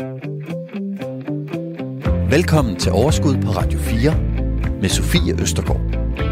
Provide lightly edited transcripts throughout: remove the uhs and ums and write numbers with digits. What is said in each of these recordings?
Velkommen til Overskud på Radio 4 med Sofie Østergaard.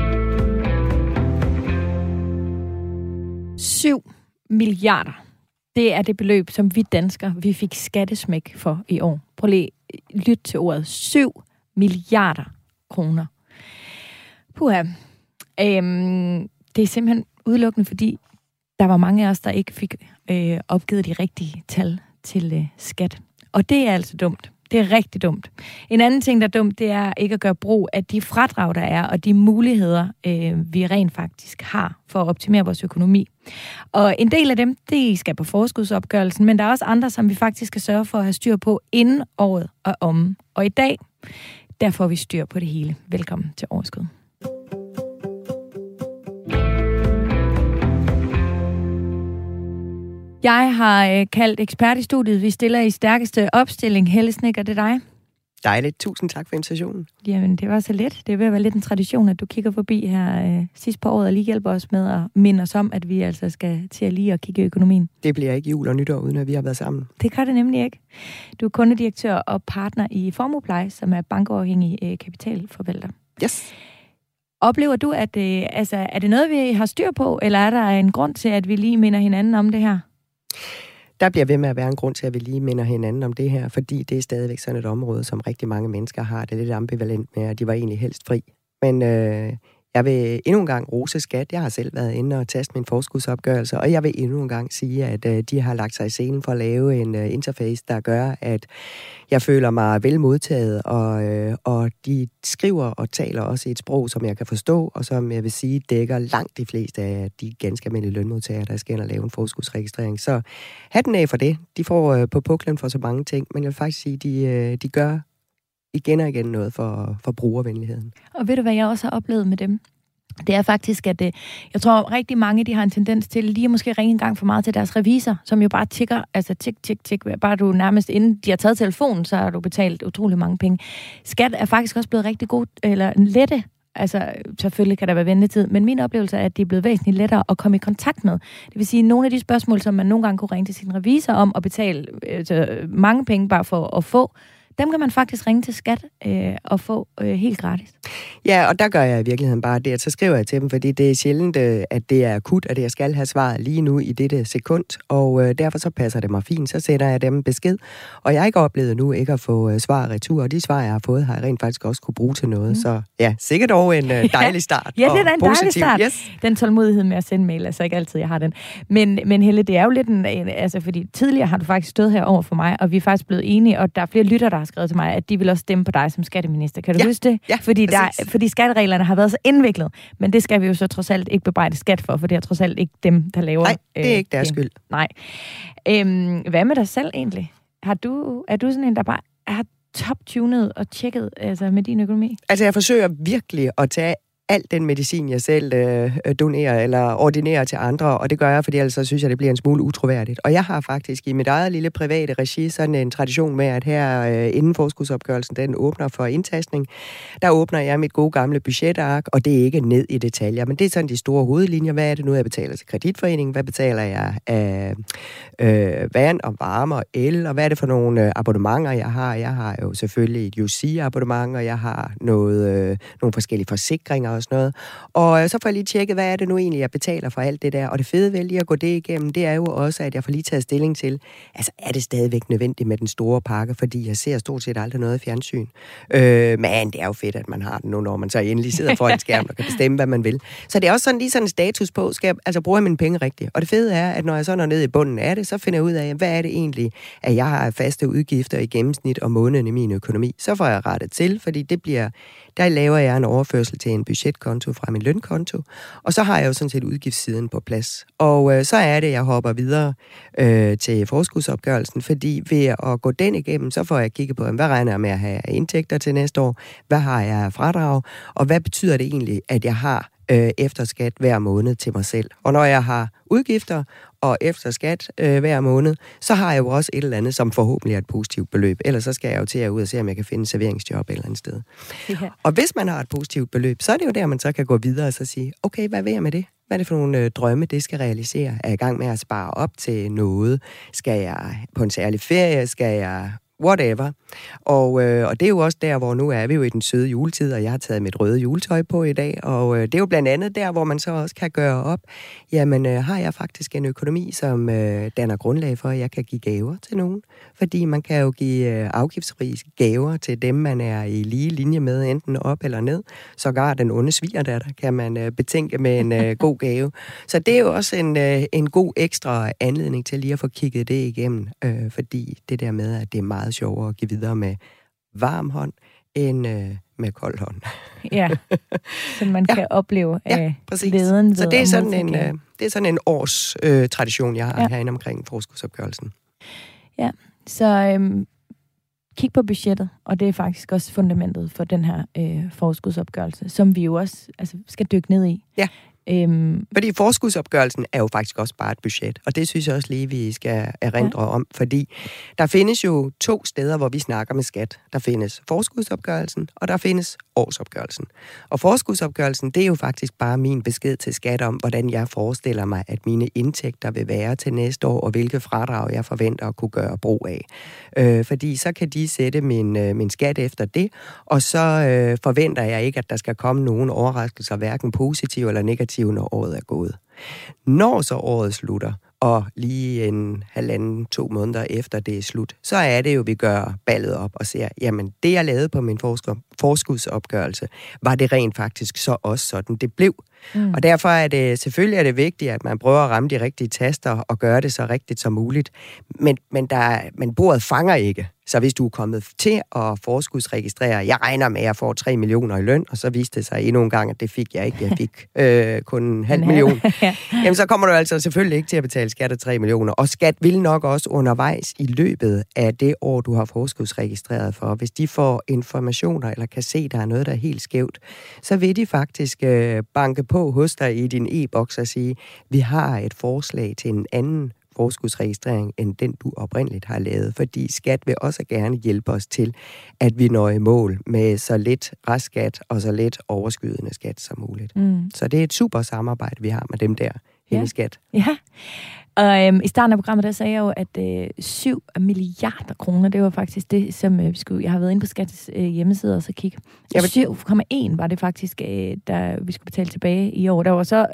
7 milliarder. Det er det beløb, som vi danskere vi fik skattesmæk for i år. Prøv lige lyt til ordet. 7 milliarder kroner. Puha. Det er simpelthen udelukkende, fordi der var mange af os, der ikke fik opgivet de rigtige tal til skat. Og det er altså dumt. Det er rigtig dumt. En anden ting, der er dumt, det er ikke at gøre brug af de fradrag, der er, og de muligheder, vi rent faktisk har for at optimere vores økonomi. Og en del af dem, det skal på forskudsopgørelsen, men der er også andre, som vi faktisk skal sørge for at have styr på inden året og om. Og i dag, der får vi styr på det hele. Velkommen til Overskud. Jeg har kaldt ekspert i studiet. Vi stiller i stærkeste opstilling. Helle Snikker, det er dig. Dejligt. Tusind tak for invitationen. Jamen, det var så let. Det er ved at være lidt en tradition, at du kigger forbi her sidst på året og lige hjælper os med at minde os om, at vi altså skal til at lige at kigge i økonomien. Det bliver ikke jul og nytår, uden at vi har været sammen. Det gør det nemlig ikke. Du er kundedirektør og partner i Formuepleje, som er bankuafhængig kapitalforvalter. Yes. Oplever du, at er det noget, vi har styr på, eller er der en grund til, at vi lige minder hinanden om det her? Der bliver ved med at være en grund til, at vi lige minder hinanden om det her, fordi det er stadigvæk sådan et område, som rigtig mange mennesker har. Det er lidt ambivalent med, at de var egentlig helst fri. Men jeg vil endnu en gang rose skat. Jeg har selv været inde og taste min forskudsopgørelse, og jeg vil endnu en gang sige, at de har lagt sig i scenen for at lave en interface, der gør, at jeg føler mig vel modtaget, og de skriver og taler også i et sprog, som jeg kan forstå, og som jeg vil sige dækker langt de fleste af de ganske almindelige lønmodtagere, der skal ind og lave en forskudsregistrering. Så hatten af for det. De får på puklen for så mange ting, men jeg vil faktisk sige, de gør igen og igen noget for brugervenligheden. Og ved du, hvad jeg også har oplevet med dem? Det er faktisk, at jeg tror rigtig mange, de har en tendens til lige at måske ringe en gang for meget til deres revisor, som jo bare tikker, altså tik. Bare du nærmest inden de har taget telefonen, så har du betalt utrolig mange penge. Skat er faktisk også blevet rigtig god, eller lette. Altså, selvfølgelig kan der være ventetid, men min oplevelse er, at de er blevet væsentligt lettere at komme i kontakt med. Det vil sige, nogle af de spørgsmål, som man nogle gange kunne ringe til sin revisor om og betale mange penge bare for at få, dem kan man faktisk ringe til skat og få helt gratis. Ja, og der gør jeg i virkeligheden bare det, at så skriver jeg til dem, fordi det er sjældent, at det er akut, at jeg skal have svaret lige nu i dette sekund, og derfor så passer det mig fint, så sætter jeg dem besked, og jeg har ikke oplevet nu ikke at få svar retur, og de svar, jeg har fået, har jeg rent faktisk også kunne bruge til noget, så ja, sikkert over en dejlig start. Ja, det er en dejlig start. Yes. Den tålmodighed med at sende mail, altså ikke altid, jeg har den. Men Helle, det er jo lidt altså fordi tidligere har du faktisk stået her over for mig, og vi er faktisk blevet enige, og der er flere lytter, der har skrevet til mig, at de vil også stemme på dig som skatteminister. Kan du huske det? Ja, fordi skattereglerne har været så indviklet, men det skal vi jo så trods alt ikke bebrejde skat for det er trods alt ikke dem, der laver. Nej, det er ikke deres skyld. Nej. Hvad med dig selv egentlig? Er du sådan en, der bare har top-tunet og tjekket altså, med din økonomi? Altså, jeg forsøger virkelig at tage al den medicin, jeg selv donerer eller ordinerer til andre, og det gør jeg, fordi ellers synes jeg, det bliver en smule utroværdigt. Og jeg har faktisk i mit eget lille private regi sådan en tradition med, at her inden forskudsopgørelsen, den åbner for indtastning, der åbner jeg mit gode gamle budgetark, og det er ikke ned i detaljer, men det er sådan de store hovedlinjer. Hvad er det nu, jeg betaler til kreditforeningen? Hvad betaler jeg af vand og varme og el? Og hvad er det for nogle abonnementer, jeg har? Jeg har jo selvfølgelig et UC-abonnement, og jeg har nogle forskellige forsikringer og sådan noget. Og så får jeg lige tjekket, hvad er det nu egentlig, jeg betaler for alt det der. Og det fede ved lige at gå det igennem, det er jo også, at jeg får lige taget stilling til, altså er det stadigvæk nødvendigt med den store pakke, fordi jeg ser stort set aldrig noget i fjernsyn. Men det er jo fedt, at man har den nu, når man så endelig sidder foran en skærm og kan bestemme, hvad man vil. Så det er også sådan lige sådan en status på, skal jeg altså bruge mine penge rigtigt. Og det fede er, at når jeg så når ned i bunden af det, så finder jeg ud af, hvad er det egentlig, at jeg har faste udgifter i gennemsnit om måneden i min økonomi. Så får jeg rettet til, fordi der laver jeg en overførsel til en budgetkonto fra min lønkonto, og så har jeg jo sådan set udgiftssiden på plads. Og så er det, jeg hopper videre til forskudsopgørelsen, fordi ved at gå den igennem, så får jeg kigget på, hvad regner jeg med at have indtægter til næste år, hvad har jeg fradrag, og hvad betyder det egentlig, at jeg har efter skat hver måned til mig selv. Og når jeg har udgifter og efter skat hver måned, så har jeg jo også et eller andet, som forhåbentlig er et positivt beløb. Ellers så skal jeg jo til at ud og se, om jeg kan finde en serveringsjob et eller andet sted. Ja. Og hvis man har et positivt beløb, så er det jo der, man så kan gå videre og så sige, okay, hvad vil jeg med det? Hvad er det for nogle drømme, det skal realisere? Er jeg i gang med at spare op til noget? Skal jeg på en særlig ferie? Skal jeg whatever. Og det er jo også der, hvor nu er vi jo i den søde juletid, og jeg har taget mit røde juletøj på i dag, og det er jo blandt andet der, hvor man så også kan gøre op, jamen har jeg faktisk en økonomi, som danner grundlag for, at jeg kan give gaver til nogen, fordi man kan jo give afgiftsfrie gaver til dem, man er i lige linje med, enten op eller ned. Sågar den onde svigerdatter kan man betænke med en god gave. Så det er jo også en god ekstra anledning til lige at få kigget det igennem, fordi det der med, at det er meget sjovere at give videre med varm hånd, end med kold hånd. Ja, så man kan opleve glæden ved. Så det er sådan en års tradition, jeg har herinde omkring forskudsopgørelsen. Ja, så kig på budgettet, og det er faktisk også fundamentet for den her forskudsopgørelse, som vi jo også skal dykke ned i. Ja. Fordi forskudsopgørelsen er jo faktisk også bare et budget, og det synes jeg også lige, vi skal erindre om, fordi der findes jo 2 steder, hvor vi snakker med skat. Der findes forskudsopgørelsen, og der findes årsopgørelsen. Og forskudsopgørelsen, det er jo faktisk bare min besked til skat om, hvordan jeg forestiller mig, at mine indtægter vil være til næste år, og hvilke fradrag jeg forventer at kunne gøre brug af. Fordi så kan de sætte min skat efter det, og så forventer jeg ikke, at der skal komme nogen overraskelser, hverken positive eller negative, når året er gået. Når så året slutter, og lige 1,5-2 måneder efter det er slut, så er det jo, vi gør ballet op og ser, jamen det jeg lavede på min forskudsopgørelse, var det rent faktisk så også sådan, det blev. Og derfor er det selvfølgelig vigtigt, at man prøver at ramme de rigtige taster og gøre det så rigtigt som muligt. Men bordet fanger ikke. Så hvis du er kommet til at forskudsregistrere, jeg regner med, at jeg får 3 millioner i løn, og så viste det sig endnu en gang, at det fik jeg ikke. Jeg fik kun 0,5 million. Jamen så kommer du altså selvfølgelig ikke til at betale skat af 3 millioner. Og skat vil nok også undervejs i løbet af det år, du har forskudsregistreret for. Hvis de får informationer eller kan se, at der er noget, der er helt skævt, så vil de faktisk banke på hos dig i din e-boks og sige, vi har et forslag til en anden forskudsregistrering, end den du oprindeligt har lavet, fordi skat vil også gerne hjælpe os til, at vi når i mål med så lidt restskat og så lidt overskydende skat som muligt. Så det er et super samarbejde, vi har med dem der i skat. Ja, og i starten af programmet, der sagde jeg jo, at 7 milliarder kroner, det var faktisk det, som jeg har været inde på Skats hjemmeside og så kigge. 7,1 var det faktisk, da vi skulle betale tilbage i år. Der var så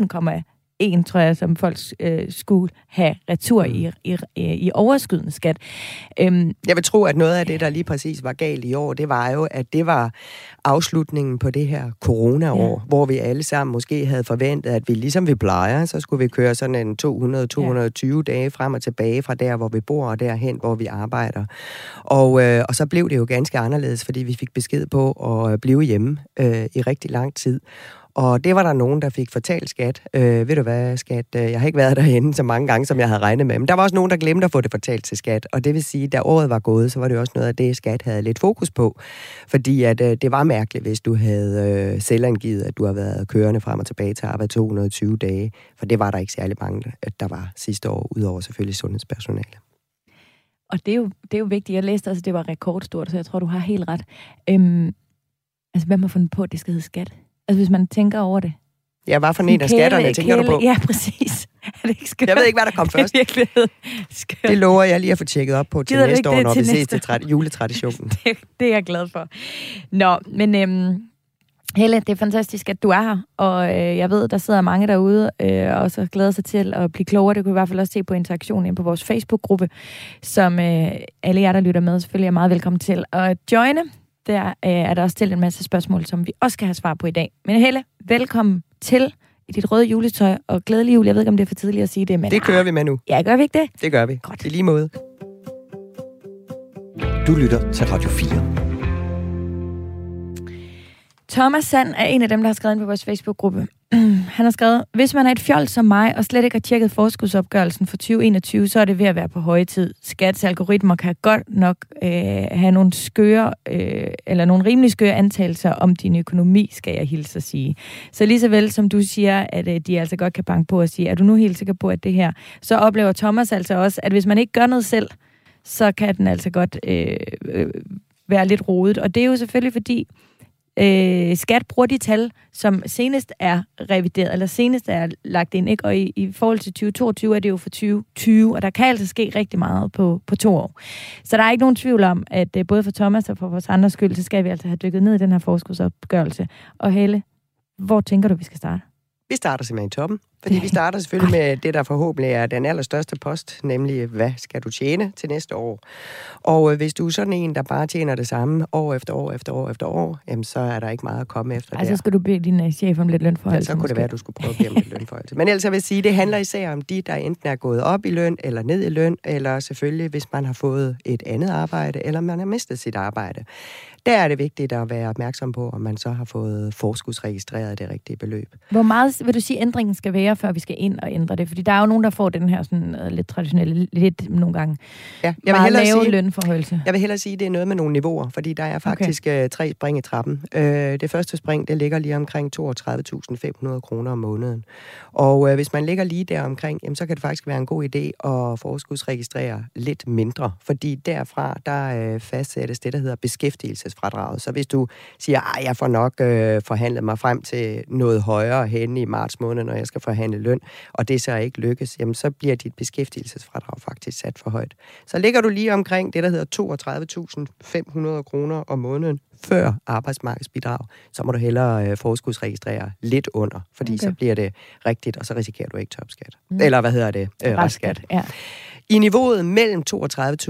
19,1, tror jeg, som folk skulle have retur i overskydende skat. Jeg vil tro, at noget af det, der lige præcis var galt i år, det var jo, at det var afslutningen på det her corona-år, hvor vi alle sammen måske havde forventet, at vi ligesom vi plejer, så skulle vi køre sådan en 200-220 dage frem og tilbage fra der, hvor vi bor, og derhen, hvor vi arbejder. Og så blev det jo ganske anderledes, fordi vi fik besked på at blive hjemme i rigtig lang tid. Og det var der nogen, der fik fortalt skat. Ved du hvad, skat? Jeg har ikke været derhenne så mange gange, som jeg havde regnet med. Men der var også nogen, der glemte at få det fortalt til skat. Og det vil sige, da året var gået, så var det også noget af det, skat havde lidt fokus på. Fordi at det var mærkeligt, hvis du havde selvangivet, at du har været kørende frem og tilbage til arbejde 220 dage. For det var der ikke særlig mange, der var sidste år, udover selvfølgelig sundhedspersonale. Og det er jo vigtigt. Jeg læste også, at det var rekordstort, så jeg tror, du har helt ret. Hvem har fundet på, at det skal hedde skat? Altså, hvis man tænker over det. Ja, hvad for en af skatterne tænker du på? Ja, præcis. Er det ikke skørt? Jeg ved ikke, hvad der kom først. Det lover jeg lige at få tjekket op på til næste år, når vi ses til juletraditionen. Det er jeg glad for. Nå, men Helle, det er fantastisk, at du er her, og jeg ved, der sidder mange derude, og så glæder sig til at blive klogere. Det kunne vi i hvert fald også se på interaktionen inde på vores Facebook-gruppe, som alle jer, der lytter med, selvfølgelig er meget velkommen til at joine. Der er der også stillet en masse spørgsmål, som vi også skal have svar på i dag. Men Helle, velkommen til i dit røde juletøj, og glædelig jul. Jeg ved ikke, om det er for tidligt at sige det, men... Det kører vi med nu. Ja, gør vi ikke det? Det gør vi. Godt. I lige måde. Du lytter til Radio 4. Thomas Sand er en af dem, der har skrevet ind på vores Facebook-gruppe. Han har skrevet, hvis man er et fjold som mig, og slet ikke har tjekket forskudsopgørelsen for 2021, så er det ved at være på høje tid. Skats algoritmer kan godt nok have nogle skøre, eller nogle rimelig skøre antagelser om din økonomi, skal jeg hilse at sige. Så lige så vel som du siger, at de altså godt kan banke på og sige, er du nu helt sikker på, at det her, så oplever Thomas altså også, at hvis man ikke gør noget selv, så kan den altså godt være lidt rodet. Og det er jo selvfølgelig fordi, Skat bruger de tal, som senest er revideret, eller senest er lagt ind, ikke? Og i forhold til 2022 er det jo for 2020, og der kan altså ske rigtig meget på 2 år. Så der er ikke nogen tvivl om, at både for Thomas og for vores andres skyld, så skal vi altså have dykket ned i den her forskudsopgørelse. Og Helle, hvor tænker du, vi skal starte? Vi starter simpelthen i toppen, fordi vi starter selvfølgelig med det, der forhåbentlig er den allerstørste post, nemlig hvad skal du tjene til næste år. Og hvis du er sådan en, der bare tjener det samme år efter år efter år efter år, jamen, så er der ikke meget at komme efter altså, skal du bede din chef om lidt lønforholdelse? Ja, så kunne det være, at du skulle prøve at bede om lidt lønforholdelse. Men ellers vil jeg sige, det handler især om de, der enten er gået op i løn, eller ned i løn, eller selvfølgelig, hvis man har fået et andet arbejde, eller man har mistet sit arbejde. Der er det vigtigt at være opmærksom på, om man så har fået forskudsregistreret det rigtige beløb. Hvor meget vil du sige, ændringen skal være, før vi skal ind og ændre det? Fordi der er jo nogen, der får den her sådan lidt traditionelle, lidt nogle gange meget lave lønforhøjelse. Jeg vil hellere sige, at det er noget med nogle niveauer, fordi der er faktisk 3 spring i trappen. Det første spring, det ligger lige omkring 32.500 kroner om måneden. Og hvis man ligger lige der omkring, jamen, så kan det faktisk være en god idé at forskudsregistrere lidt mindre, fordi derfra, der fastsættes det, der hedder beskæftigelsesfradraget. Så hvis du siger, at jeg får nok forhandlet mig frem til noget højere hen i marts måned, når jeg skal forhandle løn, og det så ikke lykkes, jamen så bliver dit beskæftigelsesfradrag faktisk sat for højt. Så ligger du lige omkring det, der hedder 32.500 kroner om måneden før arbejdsmarkedsbidrag, så må du hellere forskudsregistrere lidt under, fordi så bliver det rigtigt, og så risikerer du ikke topskat. Eller restskat. Ja. I niveauet mellem 32.500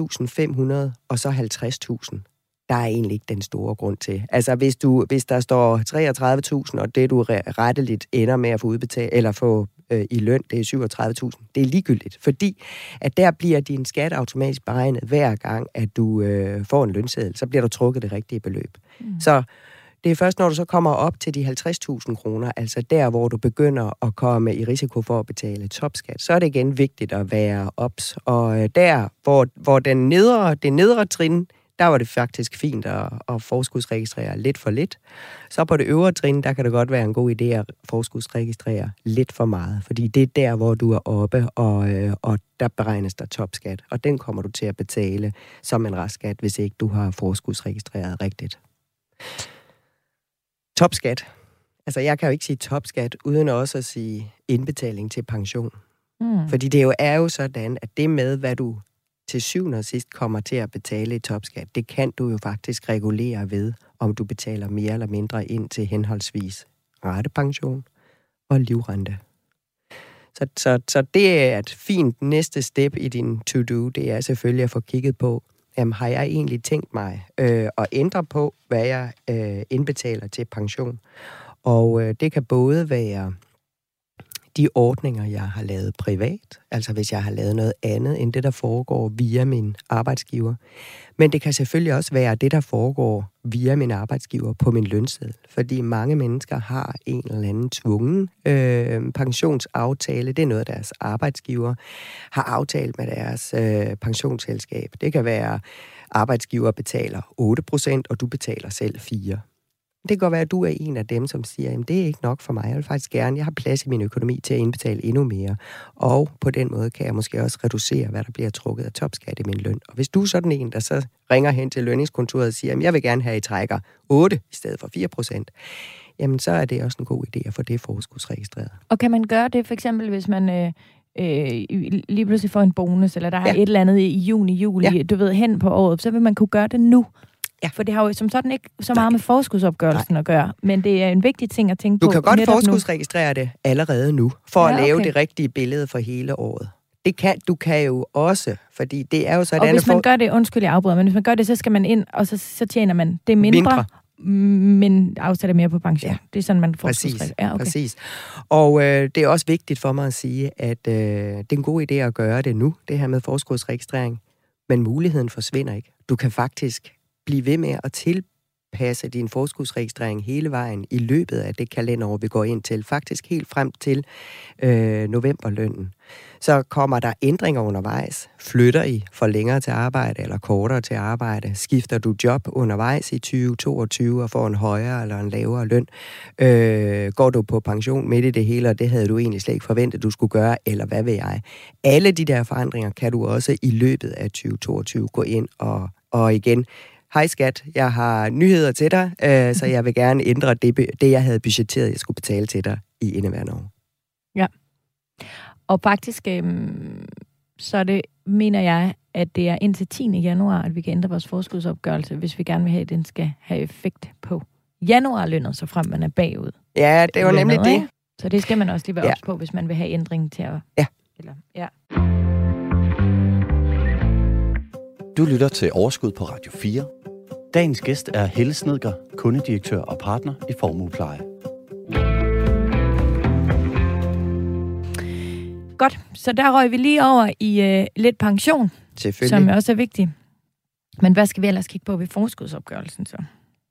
og så 50.000, der er egentlig ikke den store grund til. Altså, hvis der står 33.000, og det du retteligt ender med at få udbetalt, eller få i løn, det er 37.000, det er ligegyldigt, fordi at der bliver din skat automatisk beregnet hver gang, at du får en lønseddel, så bliver der trukket det rigtige beløb. Så det er først, når du så kommer op til de 50.000 kroner, altså der, hvor du begynder at komme i risiko for at betale topskat, så er det igen vigtigt at være ops. Og der, hvor det nedre trin, der var det faktisk fint at forskudsregistrere lidt for lidt. Så på det øvre trin, der kan det godt være en god idé at forskudsregistrere lidt for meget, fordi det er der, hvor du er oppe, og der beregnes der topskat, og den kommer du til at betale som en restskat, hvis ikke du har forskudsregistreret rigtigt. Topskat. Altså, jeg kan jo ikke sige topskat, uden også at sige indbetaling til pension. Fordi det er jo sådan, at det med, hvad du til syvende og sidst kommer til at betale i topskat, det kan du jo faktisk regulere ved, om du betaler mere eller mindre ind til henholdsvis ratepension og livrente. Så det er et fint næste step i din to-do, det er selvfølgelig at få kigget på, jamen, har jeg egentlig tænkt mig at ændre på, hvad jeg indbetaler til pension? Og det kan både være de ordninger, jeg har lavet privat, altså hvis jeg har lavet noget andet end det, der foregår via min arbejdsgiver. Men det kan selvfølgelig også være det, der foregår via min arbejdsgiver på min lønseddel, fordi mange mennesker har en eller anden tvungen pensionsaftale. Det er noget, deres arbejdsgiver har aftalt med deres pensionsselskab. Det kan være, arbejdsgiver betaler 8%, og du betaler selv 4%. Det kan godt være, at du er en af dem, som siger, at det er ikke nok for mig. Jeg vil faktisk gerne, jeg har plads i min økonomi til at indbetale endnu mere. Og på den måde kan jeg måske også reducere, hvad der bliver trukket af topskat i min løn. Og hvis du er sådan en, der så ringer hen til lønningskontoret og siger, at jeg vil gerne have, at I trækker 8 i stedet for 4%, jamen så er det også en god idé at få det forskudsregistreret. Og kan man gøre det for eksempel, hvis man lige pludselig får en bonus, eller der er et eller andet i juni, juli, du ved, hen på året, så vil man kunne gøre det nu? Ja. For det har jo som sådan ikke så meget med forskudsopgørelsen at gøre, men det er en vigtig ting at tænke på. Du kan godt forskudsregistrere det allerede nu, for at lave det rigtige billede for hele året. Du kan jo også, fordi det er jo sådan... Og hvis man gør det, undskyld jeg afbryder, men hvis man gør det, så skal man ind, og så tjener man det mindre. Men afsætter mere på pension. Ja. Det er sådan, man får Præcis. Og det er også vigtigt for mig at sige, at det er en god idé at gøre det nu, det her med forskudsregistrering, men muligheden forsvinder ikke. Du kan faktisk blive ved med at tilpasse din forskudsregistrering hele vejen i løbet af det kalenderår, vi går ind til, faktisk helt frem til novemberlønnen. Så kommer der ændringer undervejs. Flytter I for længere til arbejde eller kortere til arbejde? Skifter du job undervejs i 2022 og får en højere eller en lavere løn? Går du på pension midt i det hele, og det havde du egentlig slet ikke forventet, du skulle gøre, eller hvad ved jeg? Alle de der forandringer kan du også i løbet af 2022 gå ind og igen hej skat, jeg har nyheder til dig, så jeg vil gerne ændre det, jeg havde budgetteret, jeg skulle betale til dig i indeværende år. Ja. Og faktisk, så det mener jeg, at det er indtil 10. januar, at vi kan ændre vores forskudsopgørelse, hvis vi gerne vil have, at den skal have effekt på januarlønnet, så frem man er bagud. Ja, det er jo nemlig det. Så det skal man også lige være ops på, hvis man vil have ændringen til at... Ja. Ja. Du lytter til Overskud på Radio 4. Dagens gæst er Helle Snedker, kundedirektør og partner i Formuepleje. Godt, så der røg vi lige over i lidt pension, som også er vigtigt. Men hvad skal vi ellers kigge på ved forskudsopgørelsen så?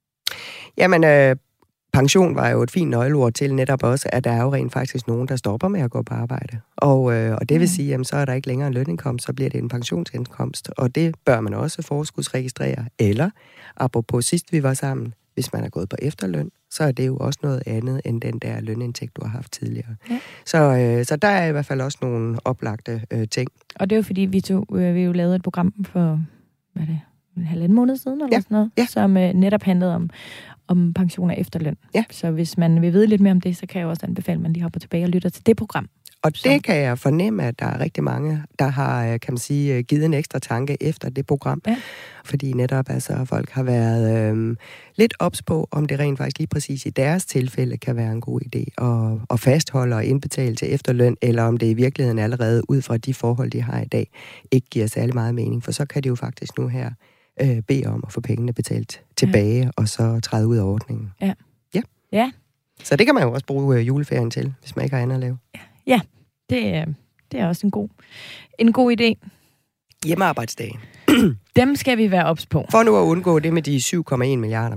Jamen, pension var jo et fint nøgleord til netop også, at der er jo rent faktisk nogen, der stopper med at gå på arbejde. Og det vil sige, at så er der ikke længere en lønindkomst, så bliver det en pensionsindkomst. Og det bør man også forskudsregistrere. Eller, apropos sidst vi var sammen, hvis man er gået på efterløn, så er det jo også noget andet end den der lønindtægt, du har haft tidligere. Ja. Så der er i hvert fald også nogle oplagte ting. Og det er jo fordi, vi jo lavede et program for, hvad er det, en halvanden måned siden, eller sådan noget, som netop handlede om pension og efterløn. Ja. Så hvis man vil vide lidt mere om det, så kan jeg også anbefale, at man lige hopper tilbage og lytter til det program. Og det kan jeg fornemme, at der er rigtig mange, der har, kan man sige, givet en ekstra tanke efter det program. Ja. Fordi netop altså, folk har været lidt ops på, om det rent faktisk lige præcis i deres tilfælde kan være en god idé at fastholde og indbetale til efterløn, eller om det i virkeligheden allerede ud fra de forhold, de har i dag, ikke giver særlig meget mening. For så kan de jo faktisk nu her bede om at få pengene betalt tilbage, og så træde ud af ordningen. Ja. Så det kan man jo også bruge juleferien til, hvis man ikke har andet at lave. Ja, det er også en god idé. Hjemmearbejdsdage. Dem skal vi være ops på. For nu at undgå det med de 7,1 milliarder.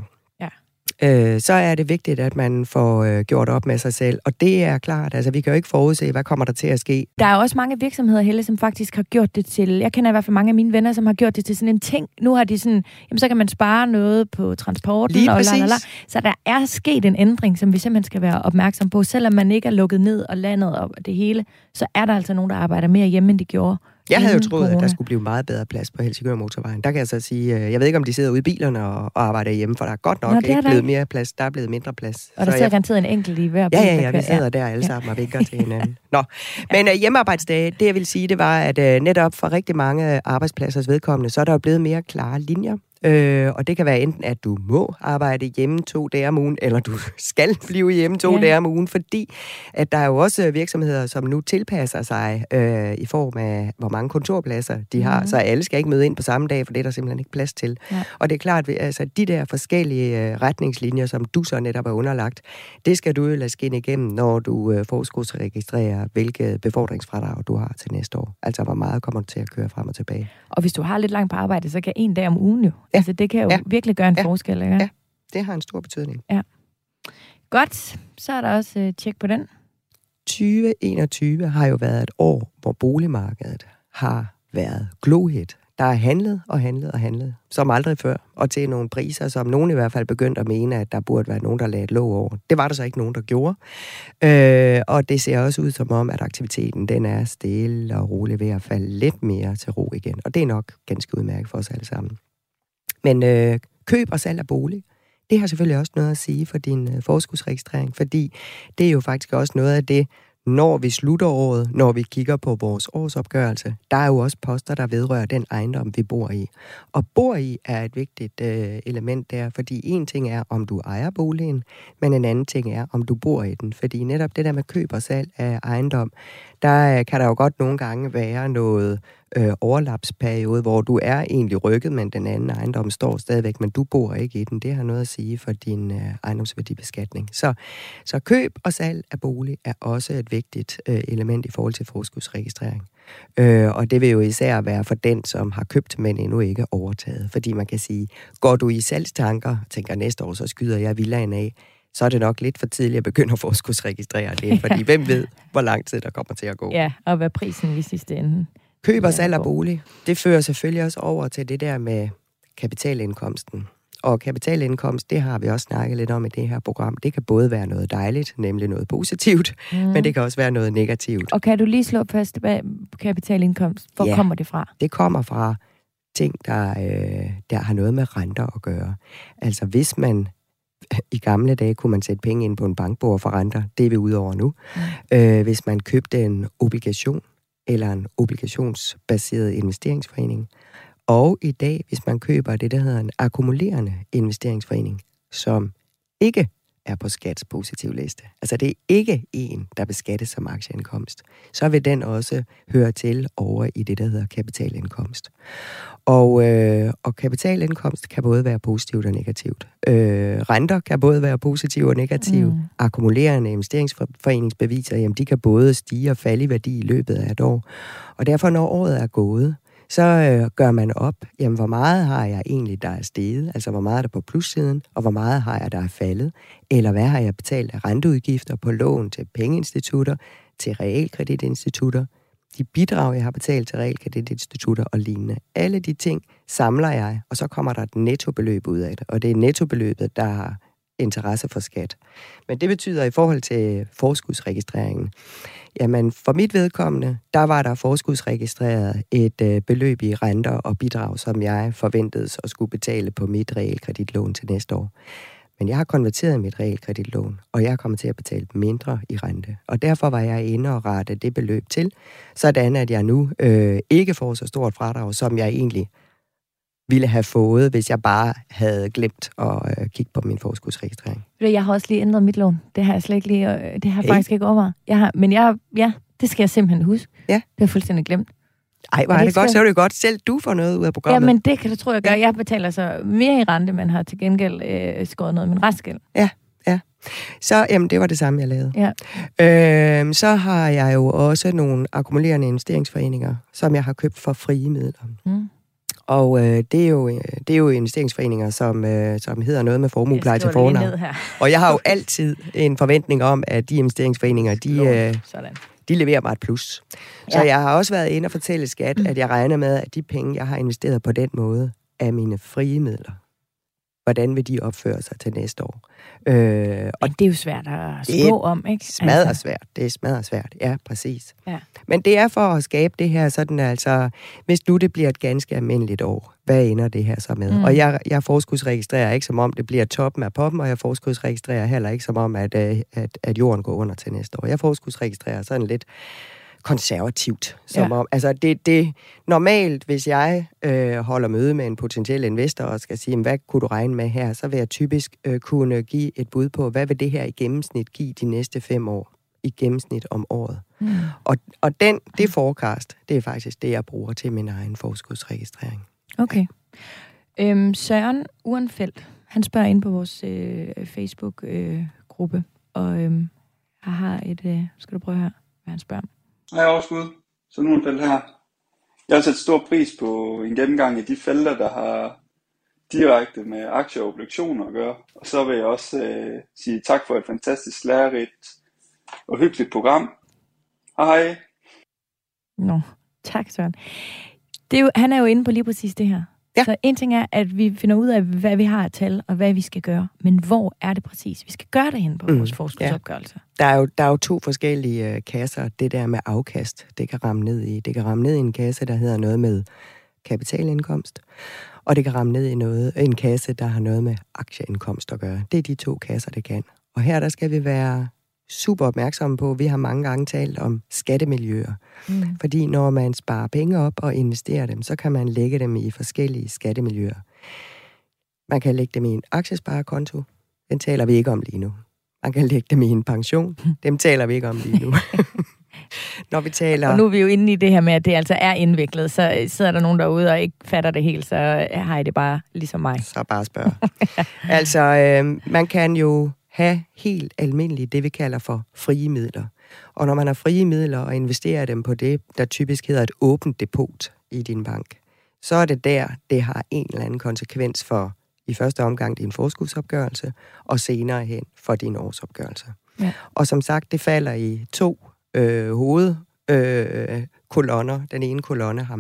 Så er det vigtigt, at man får gjort op med sig selv. Og det er klart, altså vi kan jo ikke forudse, hvad kommer der til at ske. Der er også mange virksomheder, Helle, som faktisk har gjort det til... Jeg kender i hvert fald mange af mine venner, som har gjort det til sådan en ting. Nu har de sådan... Jamen, så kan man spare noget på transporten. Lige præcis. Så der er sket en ændring, som vi simpelthen skal være opmærksom på. Selvom man ikke er lukket ned og landet og det hele, så er der altså nogen, der arbejder mere hjemme, end de gjorde. Jeg havde jo troet, at der skulle blive meget bedre plads på Helsingør Motorvejen. Der kan jeg så sige, jeg ved ikke, om de sidder ude i bilerne og arbejder hjemme, for der er godt nok ikke blevet mere plads. Der er blevet mindre plads. Og der sidder garanteret en enkelt i hver bil. Ja, vi sidder der alle sammen og vinker til hinanden. Men hjemmearbejdsdage, det jeg vil sige, det var, at netop for rigtig mange arbejdspladsers vedkommende, så er der jo blevet mere klare linjer. Og det kan være enten, at du må arbejde hjemme 2 dage om ugen, eller du skal blive hjemme 2 dage om ugen, fordi at der er jo også virksomheder, som nu tilpasser sig i form af, hvor mange kontorpladser de har, så alle skal ikke møde ind på samme dag, for det er der simpelthen ikke plads til. Ja. Og det er klart, at altså, de der forskellige retningslinjer, som du så netop er underlagt, det skal du jo lade skinne igennem, når du forskudsregistrerer, hvilke befordringsfradrag du har til næste år. Altså, hvor meget kommer du til at køre frem og tilbage. Og hvis du har lidt langt på arbejde, så kan 1 dag om ugen jo. Ja. Altså, det kan jo virkelig gøre en forskel, ikke? Ja, det har en stor betydning. Ja. Godt, så er der også tjek på den. 2021 har jo været et år, hvor boligmarkedet har været glohet. Der er handlet, som aldrig før, og til nogle priser, som nogen i hvert fald begyndte at mene, at der burde være nogen, der lagde et låg over. Det var der så ikke nogen, der gjorde. Og det ser også ud som om, at aktiviteten den er stille og rolig ved at falde lidt mere til ro igen. Og det er nok ganske udmærket for os alle sammen. Men køb og salg af bolig, det har selvfølgelig også noget at sige for din forskudsregistrering, fordi det er jo faktisk også noget af det, når vi slutter året, når vi kigger på vores årsopgørelse, der er jo også poster, der vedrører den ejendom, vi bor i. Og bor i er et vigtigt element der, fordi en ting er, om du ejer boligen, men en anden ting er, om du bor i den. Fordi netop det der med køb og salg af ejendom, der kan der jo godt nogle gange være noget overlapsperiode, hvor du er egentlig rykket, men den anden ejendom står stadigvæk, men du bor ikke i den. Det har noget at sige for din ejendomsværdibeskatning. Så køb og salg af bolig er også et vigtigt element i forhold til forskudsregistrering. Og det vil jo især være for den, som har købt, men endnu ikke overtaget. Fordi man kan sige, går du i salgstanker, tænker næste år, så skyder jeg villaen af, så er det nok lidt for tidligt at begynde at forskudsregistrere det, fordi hvem ved, hvor lang tid der kommer til at gå. Ja, og hvad prisen i sidste ende. Køb og salg af bolig, det fører selvfølgelig også over til det der med kapitalindkomsten. Og kapitalindkomst, det har vi også snakket lidt om i det her program. Det kan både være noget dejligt, nemlig noget positivt, men det kan også være noget negativt. Og kan du lige slå fast, hvad kapitalindkomst, hvor kommer det fra? Det kommer fra ting, der har noget med renter at gøre. Altså hvis man i gamle dage kunne man sætte penge ind på en bankbog for renter, det er vi ude over nu. Hvis man købte en obligation eller en obligationsbaseret investeringsforening, og i dag, hvis man køber det, der hedder en akkumulerende investeringsforening, som ikke er på skats positive liste. Altså det er ikke en, der beskattes som aktieindkomst. Så vil den også høre til over i det, der hedder kapitalindkomst. Og kapitalindkomst kan både være positivt og negativt. Renter kan både være positive og negative. Akkumulerende investeringsforeningsbeviser, jamen de kan både stige og falde i værdi i løbet af et år. Og derfor, når året er gået, så gør man op, jamen hvor meget har jeg egentlig, der er steget, altså hvor meget er der på plussiden, og hvor meget har jeg, der er faldet, eller hvad har jeg betalt af renteudgifter på lån til pengeinstitutter, til realkreditinstitutter, de bidrag, jeg har betalt til realkreditinstitutter og lignende. Alle de ting samler jeg, og så kommer der et nettobeløb ud af det, og det er nettobeløbet, der har interesse for skat. Men det betyder i forhold til forskudsregistreringen, jamen for mit vedkommende, der var der forskudsregistreret et beløb i renter og bidrag, som jeg forventedes at skulle betale på mit realkreditlån til næste år. Men jeg har konverteret mit realkreditlån, og jeg kommer til at betale mindre i rente. Og derfor var jeg inde og rette det beløb til, sådan at jeg nu ikke får så stort fradrag, som jeg egentlig ville have fået, hvis jeg bare havde glemt at kigge på min forskudsregistrering. Jeg har også lige ændret mit lån. Det har jeg slet ikke lige, det har jeg faktisk ikke overvejet. Det skal jeg simpelthen huske. Ja. Det har jeg fuldstændig glemt. Ej, hvor er det godt, så er det godt. Selv du får noget ud af programmet. Ja, men det kan du tro, jeg gør. Jeg betaler så mere i rente, men har til gengæld skåret noget af min restgæld. Ja. Så, jamen, det var det samme, jeg lavede. Ja. Så har jeg jo også nogle akkumulerende investeringsforeninger, som jeg har købt for frie midler. Og det er jo investeringsforeninger, som hedder noget med formuepleje til fornavn. Og jeg har jo altid en forventning om, at de investeringsforeninger, de leverer mig et plus. Så jeg har også været inde og fortælle skat, at jeg regner med, at de penge, jeg har investeret på den måde, er mine frie midler. Hvordan vil de opføre sig til næste år? Og det er jo svært at spå om, ikke? Det er smadret, ja, præcis. Ja. Men det er for at skabe det her sådan, altså, hvis nu det bliver et ganske almindeligt år, hvad ender det her så med? Og jeg forskudsregistrerer ikke som om, det bliver toppen af poppen, og jeg forskudsregistrerer heller ikke som om, at jorden går under til næste år. Jeg forskudsregistrerer sådan lidt konservativt. Som om, altså det normalt, hvis jeg holder møde med en potentiel investor og skal sige, hvad kunne du regne med her, så vil jeg typisk kunne give et bud på, hvad vil det her i gennemsnit give de næste 5 år i gennemsnit om året. Og det forecast, det er faktisk det, jeg bruger til min egen forskudsregistrering. Okay. Søren Urenfeldt, han spørger ind på vores Facebook-gruppe, og jeg har et... skal du prøve her, hvad han spørger om? Hej Overskud, så nu en felt her. Jeg har sat stor pris på en gennemgang af de felter, der har direkte med aktier og obligationer at gøre. Og så vil jeg også sige tak for et fantastisk lærerigt og hyggeligt program. Hej. Nå, tak Søren. Han er jo inde på lige præcis det her. Ja. Så en ting er, at vi finder ud af, hvad vi har at tale, og hvad vi skal gøre. Men hvor er det præcis? Vi skal gøre det hen på vores forskudsopgørelse. Ja. Der er jo 2 forskellige kasser. Det der med afkast, det kan ramme ned i. Det kan ramme ned i en kasse, der hedder noget med kapitalindkomst. Og det kan ramme ned i en kasse, der har noget med aktieindkomst at gøre. Det er de 2 kasser, det kan. Og her der skal vi være super opmærksomme på, vi har mange gange talt om skattemiljøer. Fordi når man sparer penge op og investerer dem, så kan man lægge dem i forskellige skattemiljøer. Man kan lægge dem i en aktiesparekonto. Den taler vi ikke om lige nu. Man kan lægge dem i en pension. Dem taler vi ikke om lige nu. Når vi taler... Og nu er vi jo inde i det her med, at det altså er indviklet. Så sidder der nogen derude og ikke fatter det helt, så har I det bare ligesom mig. Så bare spørg. Altså, man kan jo have helt almindeligt det, vi kalder for frie midler. Og når man har frie midler og investerer dem på det, der typisk hedder et åbent depot i din bank, så er det der, det har en eller anden konsekvens for i første omgang din forskudsopgørelse, og senere hen for din årsopgørelse. Ja. Og som sagt, det falder i 2 hovedkolonner. Den ene kolonne har med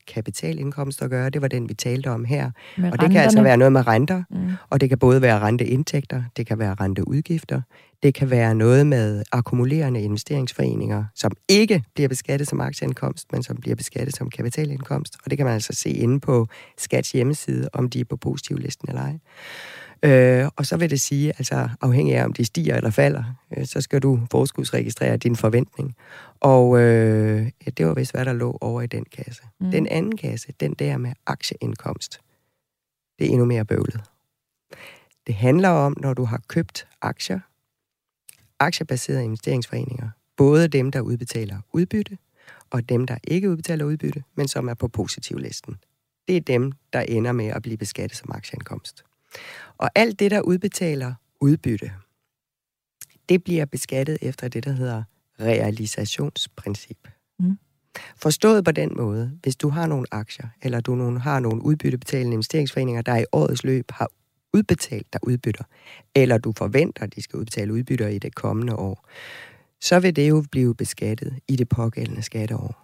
kapitalindkomst at gøre. Det var den, vi talte om her. Med og det kan altså være noget med renter, og det kan både være renteindtægter, det kan være renteudgifter, det kan være noget med akkumulerende investeringsforeninger, som ikke bliver beskattet som aktieindkomst, men som bliver beskattet som kapitalindkomst. Og det kan man altså se inde på Skats hjemmeside, om de er på positivlisten eller ej. Og så vil det sige, altså afhængig af, om de stiger eller falder, så skal du forskudsregistrere din forventning. Og det var vist, hvad der lå over i den kasse. Den anden kasse, den der med aktieindkomst, det er endnu mere bøvlet. Det handler om, når du har købt aktier, aktiebaserede investeringsforeninger, både dem, der udbetaler udbytte, og dem, der ikke udbetaler udbytte, men som er på positivlisten. Det er dem, der ender med at blive beskattet som aktieindkomst. Og alt det, der udbetaler udbytte, det bliver beskattet efter det, der hedder realisationsprincip. Forstået på den måde, hvis du har nogle aktier, eller du har nogle udbyttebetalende investeringsforeninger, der i årets løb har udbetalt dig udbytter, eller du forventer, at de skal udbetale udbytter i det kommende år, så vil det jo blive beskattet i det pågældende skatteår.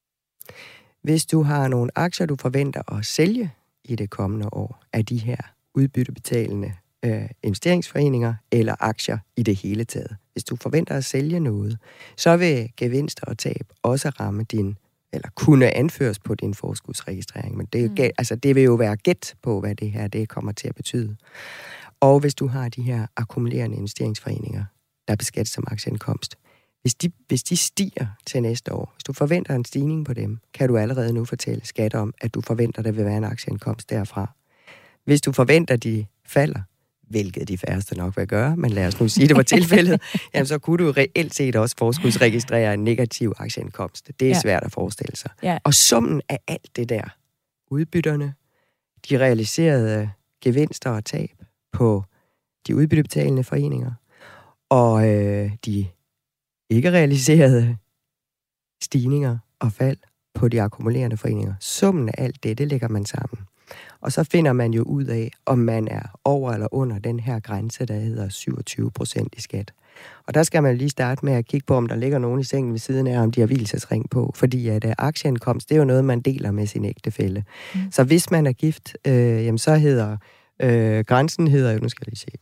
Hvis du har nogle aktier, du forventer at sælge i det kommende år af de her udbyttebetalende investeringsforeninger eller aktier i det hele taget. Hvis du forventer at sælge noget, så vil gevinster og tab også ramme eller kunne anføres på din forskudsregistrering. Men det vil jo være gæt på, hvad det her det kommer til at betyde. Og hvis du har de her akkumulerende investeringsforeninger, der beskattes som aktieindkomst, hvis de stiger til næste år, hvis du forventer en stigning på dem, kan du allerede nu fortælle skat om, at du forventer, at der vil være en aktieindkomst derfra. Hvis du forventer, at de falder, hvilket de færreste nok vil gøre, men lad os nu sige, det var tilfældet, jamen så kunne du reelt set også forskudsregistrere en negativ aktieindkomst. Det er svært at forestille sig. Ja. Og summen af alt det der, udbytterne, de realiserede gevinster og tab på de udbyttebetalende foreninger, og de ikke realiserede stigninger og fald på de akkumulerende foreninger. Summen af alt det lægger man sammen. Og så finder man jo ud af, om man er over eller under den her grænse, der hedder 27% i skat. Og der skal man lige starte med at kigge på, om der ligger nogen i sengen ved siden af, om de har hvilesesring på. Fordi at aktieindkomst, det er jo noget, man deler med sin ægtefælle. Så hvis man er gift, jamen så hedder grænsen hedder jo, nu skal jeg lige se.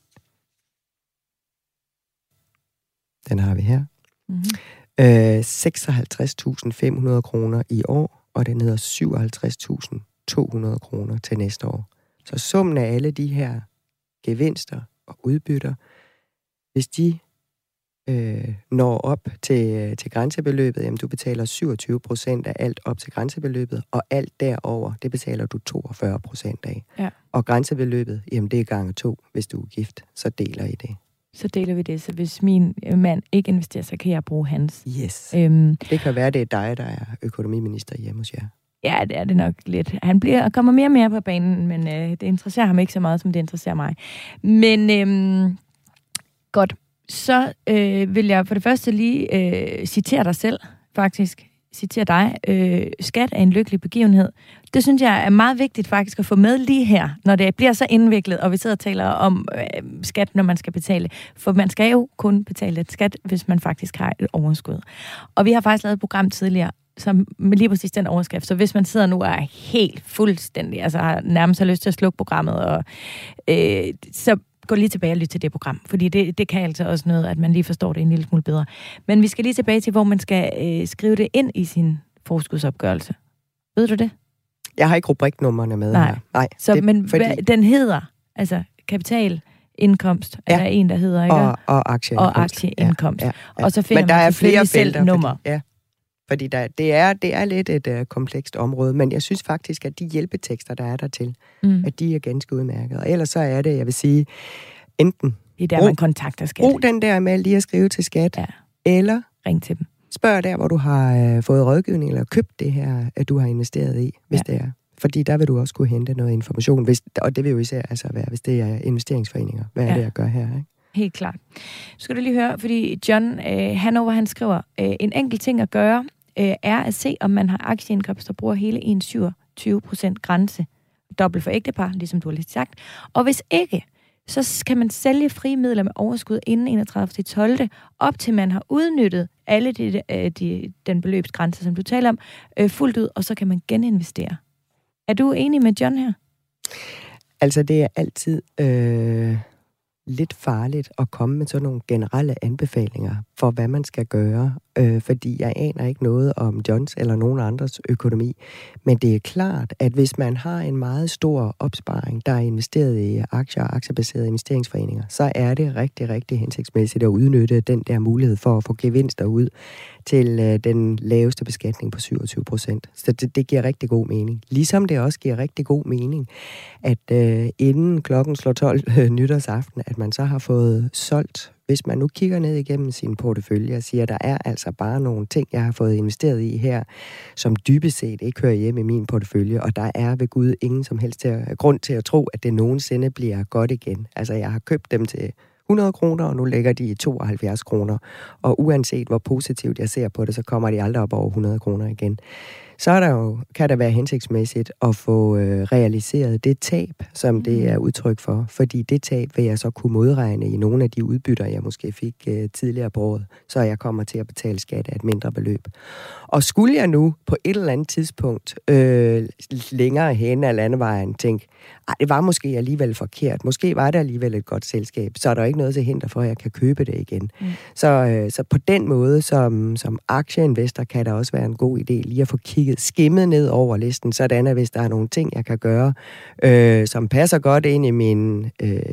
Den har vi her. 56.500 kroner i år, og den hedder 57.200 kroner til næste år. Så summen af alle de her gevinster og udbytter, hvis de når op til grænsebeløbet, jamen du betaler 27% af alt op til grænsebeløbet, og alt derover, det betaler du 42% af. Ja. Og grænsebeløbet, jamen det er gange 2, hvis du er gift, så deler I det. Så deler vi det, så hvis min mand ikke investerer, så kan jeg bruge hans. Yes. Det kan være, det er dig, der er økonomiminister hjemme hos jer. Ja, det er det nok lidt. Han kommer mere og mere på banen, men det interesserer ham ikke så meget, som det interesserer mig. Men godt, så vil jeg for det første lige citere dig selv, faktisk. Citere dig. Skat er en lykkelig begivenhed. Det synes jeg er meget vigtigt faktisk at få med lige her, når det bliver så indviklet, og vi sidder og taler om skat, når man skal betale. For man skal jo kun betale et skat, hvis man faktisk har et overskud. Og vi har faktisk lavet et program tidligere, som med lige præcis den overskrift. Så hvis man sidder nu og er helt fuldstændig, altså har nærmest lyst til at slukke programmet, og så gå lige tilbage og lytte til det program. Fordi det kan altså også noget, at man lige forstår det en lille smule bedre. Men vi skal lige tilbage til, hvor man skal skrive det ind i sin forskudsopgørelse. Ved du det? Jeg har ikke rubriknummerne med her. Nej. Så, men den hedder, altså kapitalindkomst, er der en, der hedder, ikke? Og aktieindkomst. Og aktieindkomst. Ja. Og så finder men der man er flere felter, nummer. Fordi det er lidt et komplekst område, men jeg synes faktisk, at de hjælpetekster, der er der til, at de er ganske udmærket. Og ellers så er det, jeg vil sige, enten det er der, man kontakter skat. Brug den der med lige at skrive til skat, eller ring til dem. Spørg der, hvor du har fået rådgivning, eller købt det her, at du har investeret i, hvis det er. Fordi der vil du også kunne hente noget information, og det vil jo især altså være, hvis det er investeringsforeninger. Hvad er det, jeg gør her, ikke? Helt klart. Så skal du lige høre, fordi John Hanover, han skriver, en enkelt ting at gøre, er at se, om man har aktieindkomst, der bruger hele en 27% grænse. Dobbelt for ægtepar, ligesom du har lige sagt. Og hvis ikke, så kan man sælge frie midler med overskud inden 31.12. op til man har udnyttet alle den beløbsgrænse, som du taler om, fuldt ud, og så kan man geninvestere. Er du enig med John her? Altså, det er altid lidt farligt at komme med sådan nogle generelle anbefalinger for, hvad man skal gøre, fordi jeg aner ikke noget om Johns eller nogen andres økonomi. Men det er klart, at hvis man har en meget stor opsparing, der er investeret i aktier og aktiebaserede investeringsforeninger, så er det rigtig, rigtig hensigtsmæssigt at udnytte den der mulighed for at få gevinster ud til den laveste beskatning på 27%. Så det giver rigtig god mening. Ligesom det også giver rigtig god mening, at inden klokken slår 12 nytårsaften, at man så har fået solgt. Hvis man nu kigger ned igennem sin portefølje og siger, at der er altså bare nogle ting, jeg har fået investeret i her, som dybest set ikke hører hjem i min portefølje, og der er ved Gud ingen som helst grund til at tro, at det nogensinde bliver godt igen. Altså, jeg har købt dem til 100 kroner, og nu ligger de i 72 kroner. Og uanset hvor positivt jeg ser på det, så kommer de aldrig op over 100 kroner igen. Så er der jo, kan det være hensigtsmæssigt at få realiseret det tab, som det er udtryk for. Fordi det tab vil jeg så kunne modregne i nogle af de udbytter, jeg måske fik tidligere på året, så jeg kommer til at betale skat af et mindre beløb. Og skulle jeg nu på et eller andet tidspunkt længere hen ad landevejen tænke, det var måske alligevel forkert, måske var det alligevel et godt selskab, så er der ikke noget til hinder for, at jeg kan købe det igen. Så på den måde, som aktieinvestor, kan der også være en god idé lige at få skimmet ned over listen, sådan at hvis der er nogle ting, jeg kan gøre, som passer godt ind i min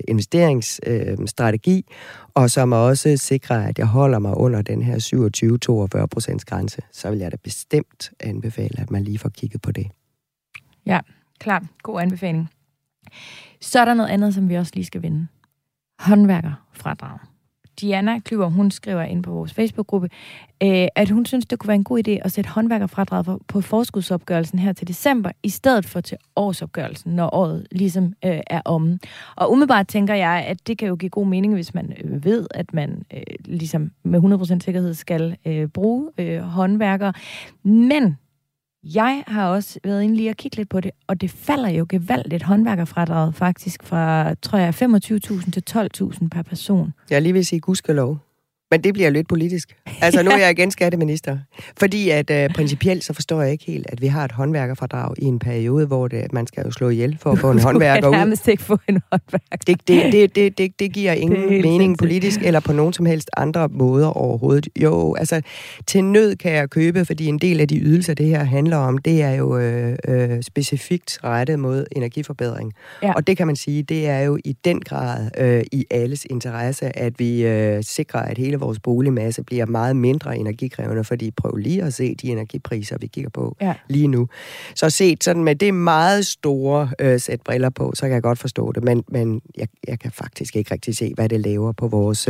investeringsstrategi, og som også sikrer, at jeg holder mig under den her 27-42% grænse, så vil jeg da bestemt anbefale, at man lige får kigget på det. Ja, klar. God anbefaling. Så er der noget andet, som vi også lige skal vinde. Håndværkerfradrag. Diana Klyver, hun skriver ind på vores Facebook-gruppe, at hun synes, det kunne være en god idé at sætte håndværkerfradrag på forskudsopgørelsen her til december, i stedet for til årsopgørelsen, når året ligesom er omme. Og umiddelbart tænker jeg, at det kan jo give god mening, hvis man ved, at man ligesom med 100% sikkerhed skal bruge håndværkere. Men jeg har også været inde lige at kigge lidt på det, og det falder jo gevaldigt håndværkerfradraget faktisk fra, tror jeg, 25.000 til 12.000 per person. Jeg lige vil sige gudskelov. Men det bliver lidt politisk. Altså, nu er jeg igen skatteminister. Fordi at principielt så forstår jeg ikke helt, at vi har et håndværkerfradrag i en periode, hvor man skal jo slå ihjel for at få en håndværker ud. Du nærmest ikke få en håndværker. Det giver ingen mening politisk, eller på nogen som helst andre måder overhovedet. Jo, altså, til nød kan jeg købe, fordi en del af de ydelser, det her handler om, det er jo specifikt rettet mod energiforbedring. Ja. Og det kan man sige, det er jo i den grad i alles interesse, at vi sikrer, at hele vores boligmasse bliver meget mindre energikrævende, fordi prøv lige at se de energipriser, vi kigger på lige nu. Så set sådan med det meget store sæt briller på, så kan jeg godt forstå det, men jeg kan faktisk ikke rigtig se, hvad det laver på vores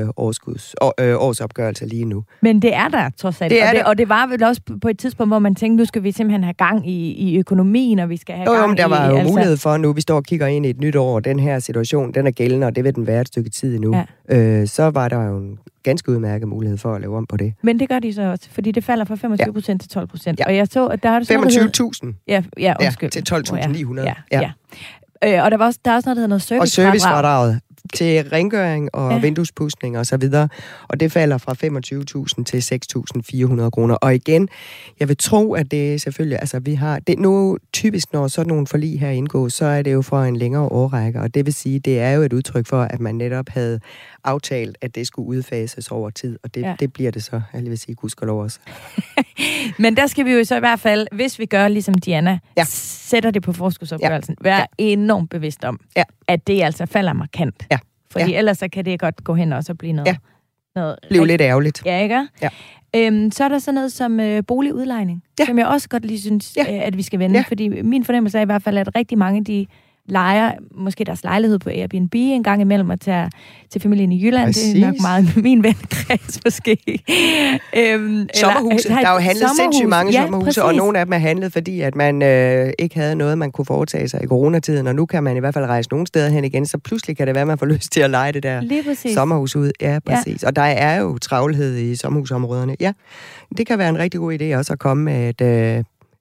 årsopgørelse lige nu. Men det er der trods alt, og det var vel også på et tidspunkt, hvor man tænkte, nu skal vi simpelthen have gang i økonomien, og vi skal have gang i... der var jo mulighed for nu, vi står og kigger ind i et nyt år, den her situation, den er gældende, og det vil den være et stykke tid endnu. Ja. Så var der jo en ganske udmærket mulighed for at lave om på det. Men det gør de så også, fordi det falder fra 25% til 12%. Ja. Og jeg så, at der er 25.000 ja, undskyld. til 12.900. Ja. Og der er også noget, der hedder noget servicefradrag. Og servicefradraget til rengøring og vinduespudsning og så videre. Og det falder fra 25.000 til 6.400 kroner. Og igen, jeg vil tro, at det selvfølgelig, altså vi har, det nu typisk, når sådan nogle forlig her indgår, så er det jo for en længere årrække. Og det vil sige, det er jo et udtryk for, at man netop havde aftalt, at det skulle udfases over tid. Og det bliver det så, jeg vil sige, gudskelov også. Men der skal vi jo så i hvert fald, hvis vi gør ligesom Diana, sætter det på forskudsopgørelsen, være enormt bevidst om, at det altså falder markant. Ja. Fordi ellers så kan det godt gå hen og så blive noget... Blive lidt ærgerligt. Ja, ikke? Ja. Så er der sådan noget som boligudlejning, som jeg også godt lige synes, at vi skal vende. Fordi min fornemmelse er i hvert fald, at rigtig mange de lejer måske deres lejlighed på Airbnb en gang imellem og tager til familien i Jylland. Præcis. Det er nok meget min venkreds måske. Sommerhuse. Der er jo handlet sindssygt mange sommerhuse, og nogle af dem er handlet, fordi at man ikke havde noget, man kunne foretage sig i coronatiden, og nu kan man i hvert fald rejse nogle steder hen igen, så pludselig kan det være, at man får lyst til at leje det der sommerhus ud. Ja, præcis. Ja. Og der er jo travlhed i sommerhusområderne. Ja, det kan være en rigtig god idé også at komme med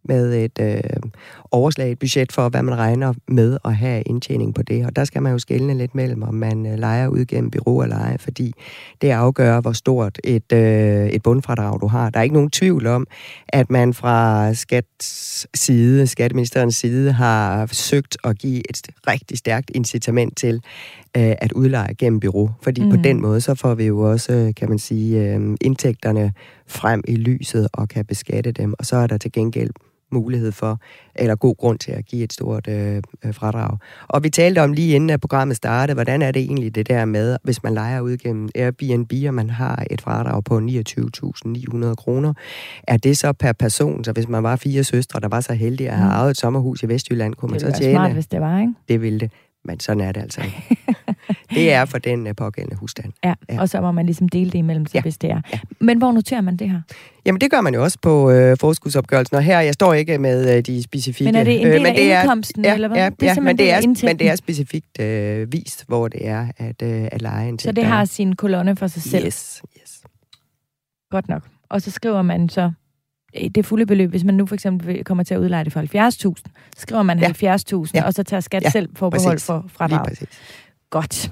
med et overslag, et budget for, hvad man regner med at have indtjening på det. Og der skal man jo skelne lidt mellem, om man lejer ud gennem bureau eller leje, fordi det afgør, hvor stort et bundfradrag du har. Der er ikke nogen tvivl om, at man fra Skatteministeriets side har søgt at give et rigtig stærkt incitament til at udleje gennem bureau. Fordi på den måde, så får vi jo også, kan man sige, indtægterne frem i lyset og kan beskatte dem. Og så er der til gengæld mulighed for, eller god grund til at give et stort fradrag. Og vi talte om lige inden at programmet startede, hvordan er det egentlig det der med, hvis man lejer ud gennem Airbnb, og man har et fradrag på 29.900 kroner. Er det så per person? Så hvis man var 4 søstre, der var så heldige at have arvet et sommerhus i Vestjylland, kunne man så tjene? Det ville være smart, hvis det var, ikke? Det ville det. Men sådan er det altså ikke. Det er for den pågældende husstand. Ja, og så må man ligesom dele det imellem sig, hvis det er. Ja. Men hvor noterer man det her? Jamen, det gør man jo også på forskudsopgørelsen. Og her, jeg står ikke med de specifikke... Men er det en del af indkomsten, eller hvad? Ja, men det er specifikt vist, hvor det er at lejeindtægter. Så det har sin kolonne for sig selv? Yes. Godt nok. Og så skriver man så det fulde beløb, hvis man nu for eksempel kommer til at udleje det for 70.000, så skriver man 70.000, og så tager skat selv forbehold for fradrag. Godt.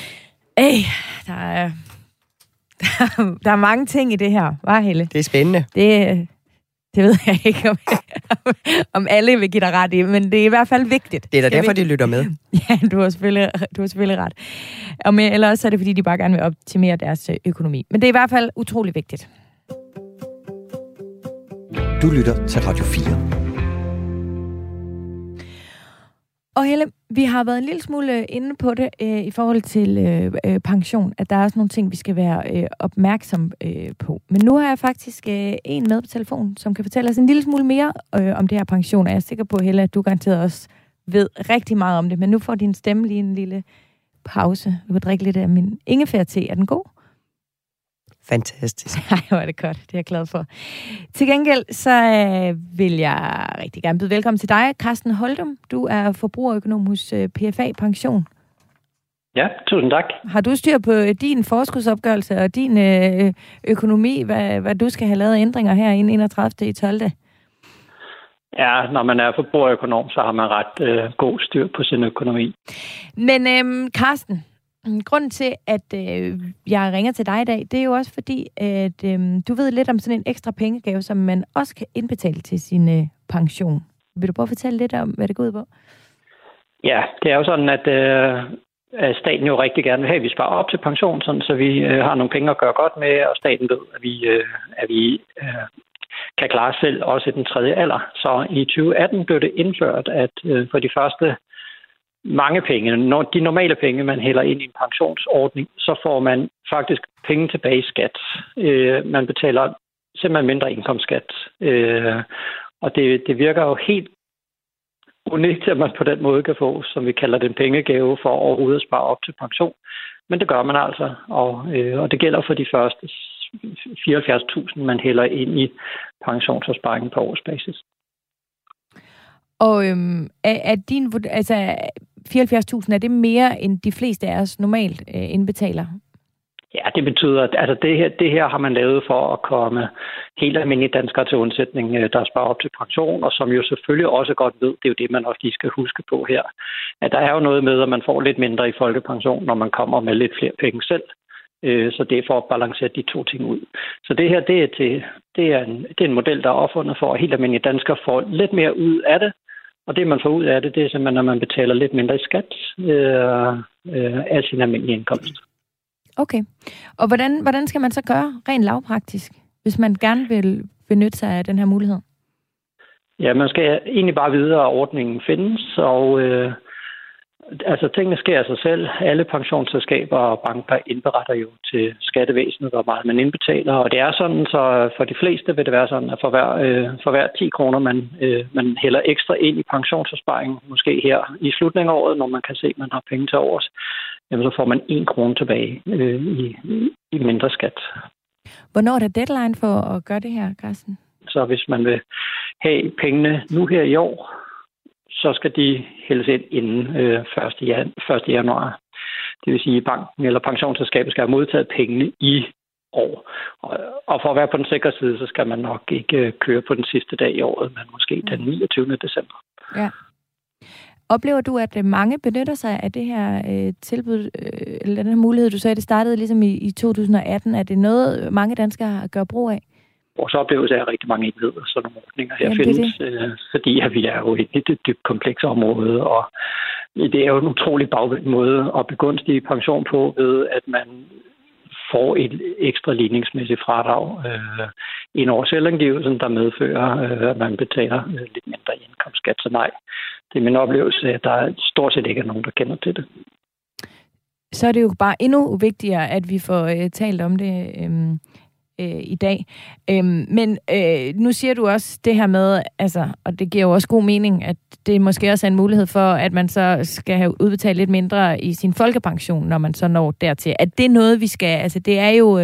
Der er mange ting i det her, var Helle? Det er spændende. Det ved jeg ikke, om alle vil give dig ret i, men det er i hvert fald vigtigt. Det er da derfor, de lytter med. Ja, du har selvfølgelig ret. Ellers er det, fordi de bare gerne vil optimere deres økonomi. Men det er i hvert fald utrolig vigtigt. Du lytter til Radio 4. Og Helle, vi har været en lille smule inde på det i forhold til pension, at der er også nogle ting, vi skal være opmærksom på. Men nu har jeg faktisk en med på telefonen, som kan fortælle os en lille smule mere om det her pension. Og jeg er sikker på, Helle, at du garanteret også ved rigtig meget om det. Men nu får din stemme lige en lille pause. Du kan drikke lidt af min ingefær-te. Er den god? Fantastisk. Nej, hvor er det godt. Det er jeg glad for. Til gengæld, så vil jeg rigtig gerne byde velkommen til dig, Carsten Holdum. Du er forbrugerøkonom hos PFA Pension. Ja, tusind tak. Har du styr på din forskudsopgørelse og din økonomi, hvad du skal have lavet ændringer her inden 31.12.? Ja, når man er forbrugerøkonom, så har man ret god styr på sin økonomi. Men Carsten, grunden til, at jeg ringer til dig i dag, det er jo også fordi, at du ved lidt om sådan en ekstra pengegave, som man også kan indbetale til sin pension. Vil du prøve at fortælle lidt om, hvad det går ud på? Ja, det er jo sådan, at staten jo rigtig gerne vil have, at vi sparer op til pension, sådan, så vi har nogle penge at gøre godt med, og staten ved, at vi kan klare os selv også i den tredje alder. Så i 2018 blev det indført, at for de første mange penge, de normale penge, man hælder ind i en pensionsordning, så får man faktisk penge tilbage i skat. Man betaler simpelthen mindre indkomstskat. Og det virker jo helt unikt, at man på den måde kan få, som vi kalder det, en pengegave for overhovedet at spare op til pension. Men det gør man altså, og det gælder for de første 74.000, man hælder ind i pensionsopsparingen på årsbasis. Og er din, altså 74.000, er det mere end de fleste af os normalt indbetaler? Ja, det betyder, at altså det her har man lavet for at komme helt almindelige danskere til undsætning, der sparer op til pension, og som jo selvfølgelig også godt ved, det er jo det, man også lige skal huske på her, at der er jo noget med, at man får lidt mindre i folkepension, når man kommer med lidt flere penge selv. Så det er for at balancere de to ting ud. Så det her, det er en model, der er opfundet for, at helt almindelige danskere får lidt mere ud af det. Og det, man får ud af det, det er simpelthen, at man betaler lidt mindre i skat af sin almindelige indkomst. Okay. Og hvordan skal man så gøre rent lavpraktisk, hvis man gerne vil benytte sig af den her mulighed? Ja, man skal egentlig bare vide, at ordningen findes, og altså tingene sker af sig selv. Alle pensionsselskaber og banker indberetter jo til skattevæsenet, hvor meget man indbetaler. Og det er sådan, så for de fleste vil det være sådan, at for hver 10 kroner, man hælder ekstra ind i pensionsopsparingen, måske her i slutningen af året, når man kan se, at man har penge til overs, jamen, så får man 1 krone tilbage i mindre skat. Hvornår er der deadline for at gøre det her, Carsten? Så hvis man vil have pengene nu her i år, så skal de hældes ind inden 1. januar. Det vil sige, at banken eller pensionsselskabet skal have modtaget pengene i år. Og for at være på den sikre side, så skal man nok ikke køre på den sidste dag i året, men måske den 29. december. Ja. Oplever du, at mange benytter sig af det her tilbud, eller den her mulighed, du sagde, det startede ligesom i 2018. Er det noget, mange danskere gør brug af? Vores oplevelse er, at rigtig mange ikke ved, at sådan nogle ordninger her findes, fordi at vi er jo i et dybt komplekst område, og det er jo en utrolig bagvendt måde at begunstige pension på, ved at man får et ekstra ligningsmæssigt fradrag ind over selvangivelsen, der medfører, at man betaler lidt mindre i indkomstskat. Så nej, det er min oplevelse, at der stort set ikke er nogen, der kender til det. Så er det jo bare endnu vigtigere, at vi får talt om det i dag. Men nu siger du også det her med, altså, og det giver jo også god mening, at det måske også er en mulighed for, at man så skal have udbetalt lidt mindre i sin folkepension, når man så når dertil. Er det noget, vi skal, altså det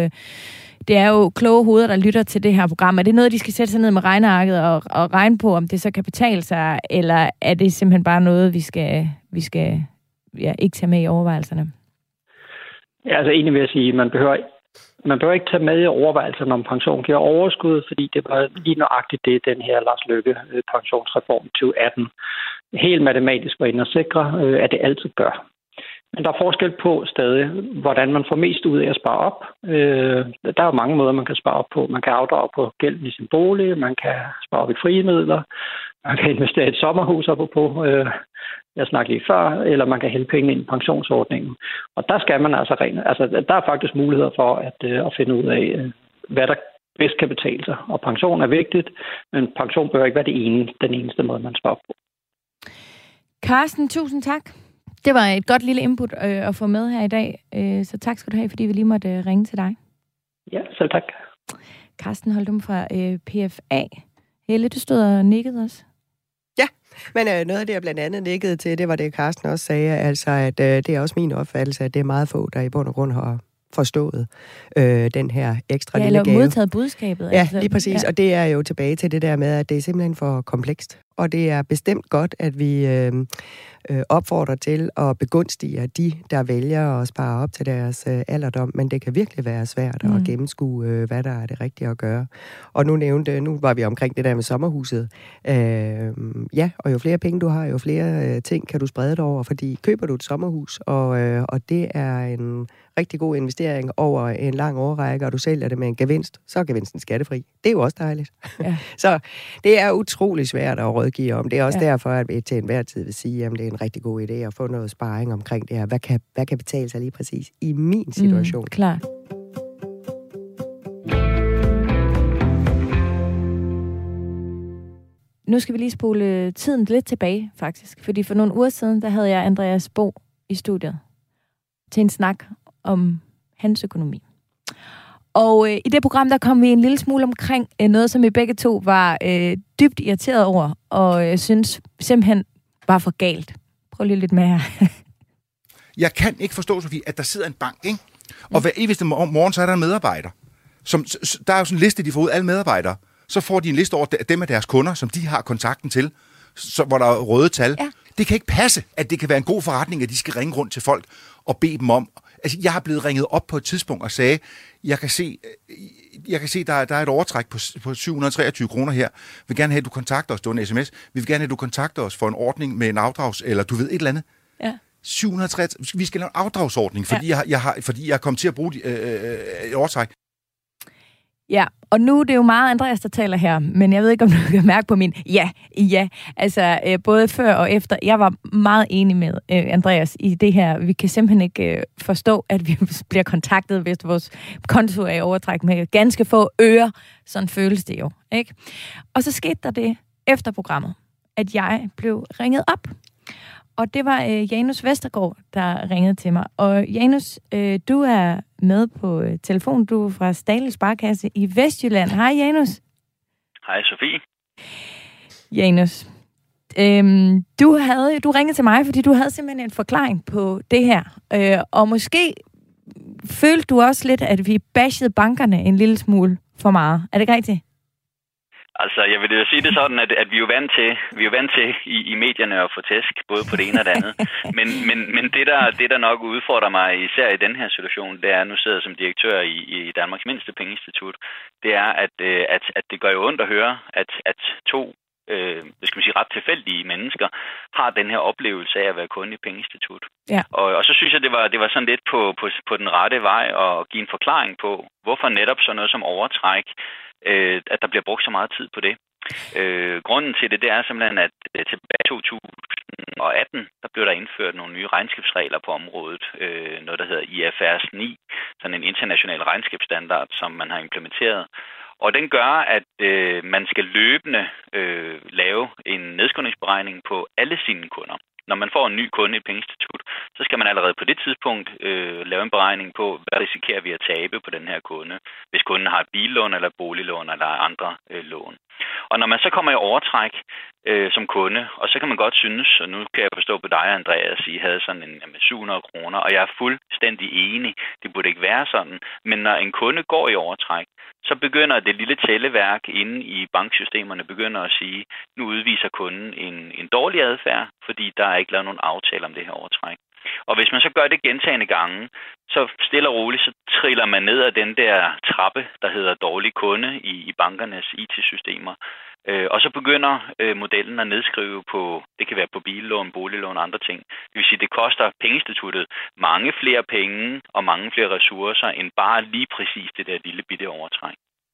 er jo kloge hoveder, der lytter til det her program. Er det noget, de skal sætte sig ned med regnearket og regne på, om det så kan betale sig, eller er det simpelthen bare noget, vi skal ikke tage med i overvejelserne? Ja, altså egentlig vil jeg sige, man behøver ikke tage med i overvejelserne om pension giver overskud, fordi det var lige nøjagtigt det, den her Lars Løkke pensionsreform 2018 helt matematisk var inde og sikre, at det altid gør. Men der er forskel på stadig, hvordan man får mest ud af at spare op. Der er jo mange måder, man kan spare op på. Man kan afdrage på gælden i sin bolig, man kan spare op i frie midler, man kan investere i et sommerhus op på, jeg snakkede lige før, eller man kan hælde penge ind i pensionsordningen. Og der skal man der er faktisk muligheder for at finde ud af, hvad der bedst kan betale sig. Og pension er vigtigt, men pension bør ikke være den eneste måde, man sparer på. Carsten, tusind tak. Det var et godt lille input at få med her i dag. Så tak skal du have, fordi vi lige måtte ringe til dig. Ja, selv tak. Carsten Holdum fra PFA. Helle, du stod og nikkede også. Ja, men noget af det, jeg blandt andet nikkede til, det var det, Carsten også sagde, altså at det er også min opfattelse, at det er meget få, der i bund og grund har forstået den her ekstra lille gave. Eller modtaget budskabet. Ja, altså. Lige præcis. Ja. Og det er jo tilbage til det der med, at det er simpelthen for komplekst. Og det er bestemt godt, at vi opfordrer til at begunstige de, der vælger at spare op til deres alderdom. Men det kan virkelig være svært at gennemskue, hvad der er det rigtige at gøre. Og nu var vi omkring det der med sommerhuset. Ja, og jo flere penge du har, jo flere ting kan du sprede det over. Fordi køber du et sommerhus, og det er en rigtig god investering over en lang årrække, og du sælger det med en gevinst, så er gevinsten skattefri. Det er jo også dejligt. Ja. Så det er utrolig svært at rådgive om. Det er også derfor, at vi til enhver tid vil sige, at det er en rigtig god idé at få noget sparring omkring det her. Hvad kan betale sig lige præcis i min situation? Klart. Nu skal vi lige spole tiden lidt tilbage, faktisk. Fordi for nogle uger siden, der havde jeg Andreas Bo i studiet til en snak om hans økonomi. Og i det program, der kom vi en lille smule omkring noget, som vi begge to var dybt irriteret over, og synes simpelthen var for galt. Prøv lige lidt med her. Jeg kan ikke forstå, Sofie, at der sidder en bank, ikke? Og hver eneste morgen, så er der en medarbejder. Der er jo sådan en liste, de får ud, alle medarbejdere. Så får de en liste over dem af deres kunder, som de har kontakten til, hvor der er røde tal. Ja. Det kan ikke passe, at det kan være en god forretning, at de skal ringe rundt til folk og bede dem om. Altså, jeg har blevet ringet op på et tidspunkt og sagde, jeg kan se, der er et overtræk på 723 kroner her. Vi vil gerne have, at du kontakter os. Det var en sms. Vi vil gerne have, at du kontakter os for en ordning med en afdrags, eller du ved et eller andet. Ja. 730. Vi skal lave en afdragsordning, fordi jeg er kommet til at bruge et overtræk. Ja, og nu er det jo meget Andreas, der taler her, men jeg ved ikke, om du kan mærke på min ja. Altså, både før og efter, jeg var meget enig med Andreas i det her. Vi kan simpelthen ikke forstå, at vi bliver kontaktet, hvis vores konto er i overtræk med ganske få øre. Sådan føles det jo, ikke? Og så skete der det efter programmet, at jeg blev ringet op. Og det var Janus Vestergaard, der ringede til mig. Og Janus, du er med på telefon. Du er fra Stale Sparekasse i Vestjylland. Hej, Janus. Hej, Sofie. Janus, du ringede til mig, fordi du havde simpelthen en forklaring på det her. Og måske følte du også lidt, at vi bashede bankerne en lille smule for meget. Er det ikke rigtigt? Altså, jeg vil jo sige det sådan, at vi er jo vant til i medierne at få tæsk, både på det ene og det andet. Men det, der nok udfordrer mig, især i den her situation, det er, at nu sidder jeg som direktør i Danmarks mindste pengeinstitut, det er, at det gør jo ondt at høre, at to ret tilfældige mennesker har den her oplevelse af at være kunde i pengeinstitut. Ja. Og så synes jeg, det var sådan lidt på den rette vej at give en forklaring på, hvorfor netop sådan noget som overtræk, at der bliver brugt så meget tid på det. Grunden til det er simpelthen, at tilbage i 2018, der blev der indført nogle nye regnskabsregler på området. Noget, der hedder IFRS 9, sådan en international regnskabsstandard, som man har implementeret. Og den gør, at man skal løbende lave en nedskrivningsberegning på alle sine kunder. Når man får en ny kunde i et pengeinstitut, så skal man allerede på det tidspunkt lave en beregning på, hvad risikerer vi at tabe på den her kunde, hvis kunden har et billån eller boliglån eller andre lån. Og når man så kommer i overtræk som kunde, og så kan man godt synes, og nu kan jeg forstå på dig, Andreas, I havde sådan en 700 kroner, og jeg er fuldstændig enig, det burde ikke være sådan, men når en kunde går i overtræk, så begynder det lille tælleværk inde i banksystemerne begynder at sige, nu udviser kunden en dårlig adfærd, fordi der er ikke lavet nogen aftale om det her overtræk. Og hvis man så gør det gentagne gange, så stille og roligt, så triller man ned ad den der trappe, der hedder dårlig kunde i bankernes IT-systemer. Og så begynder modellen at nedskrive på, det kan være på billån, boliglån og andre ting. Det vil sige, det koster pengeinstituttet mange flere penge og mange flere ressourcer, end bare lige præcis det der lille bitte overtræk.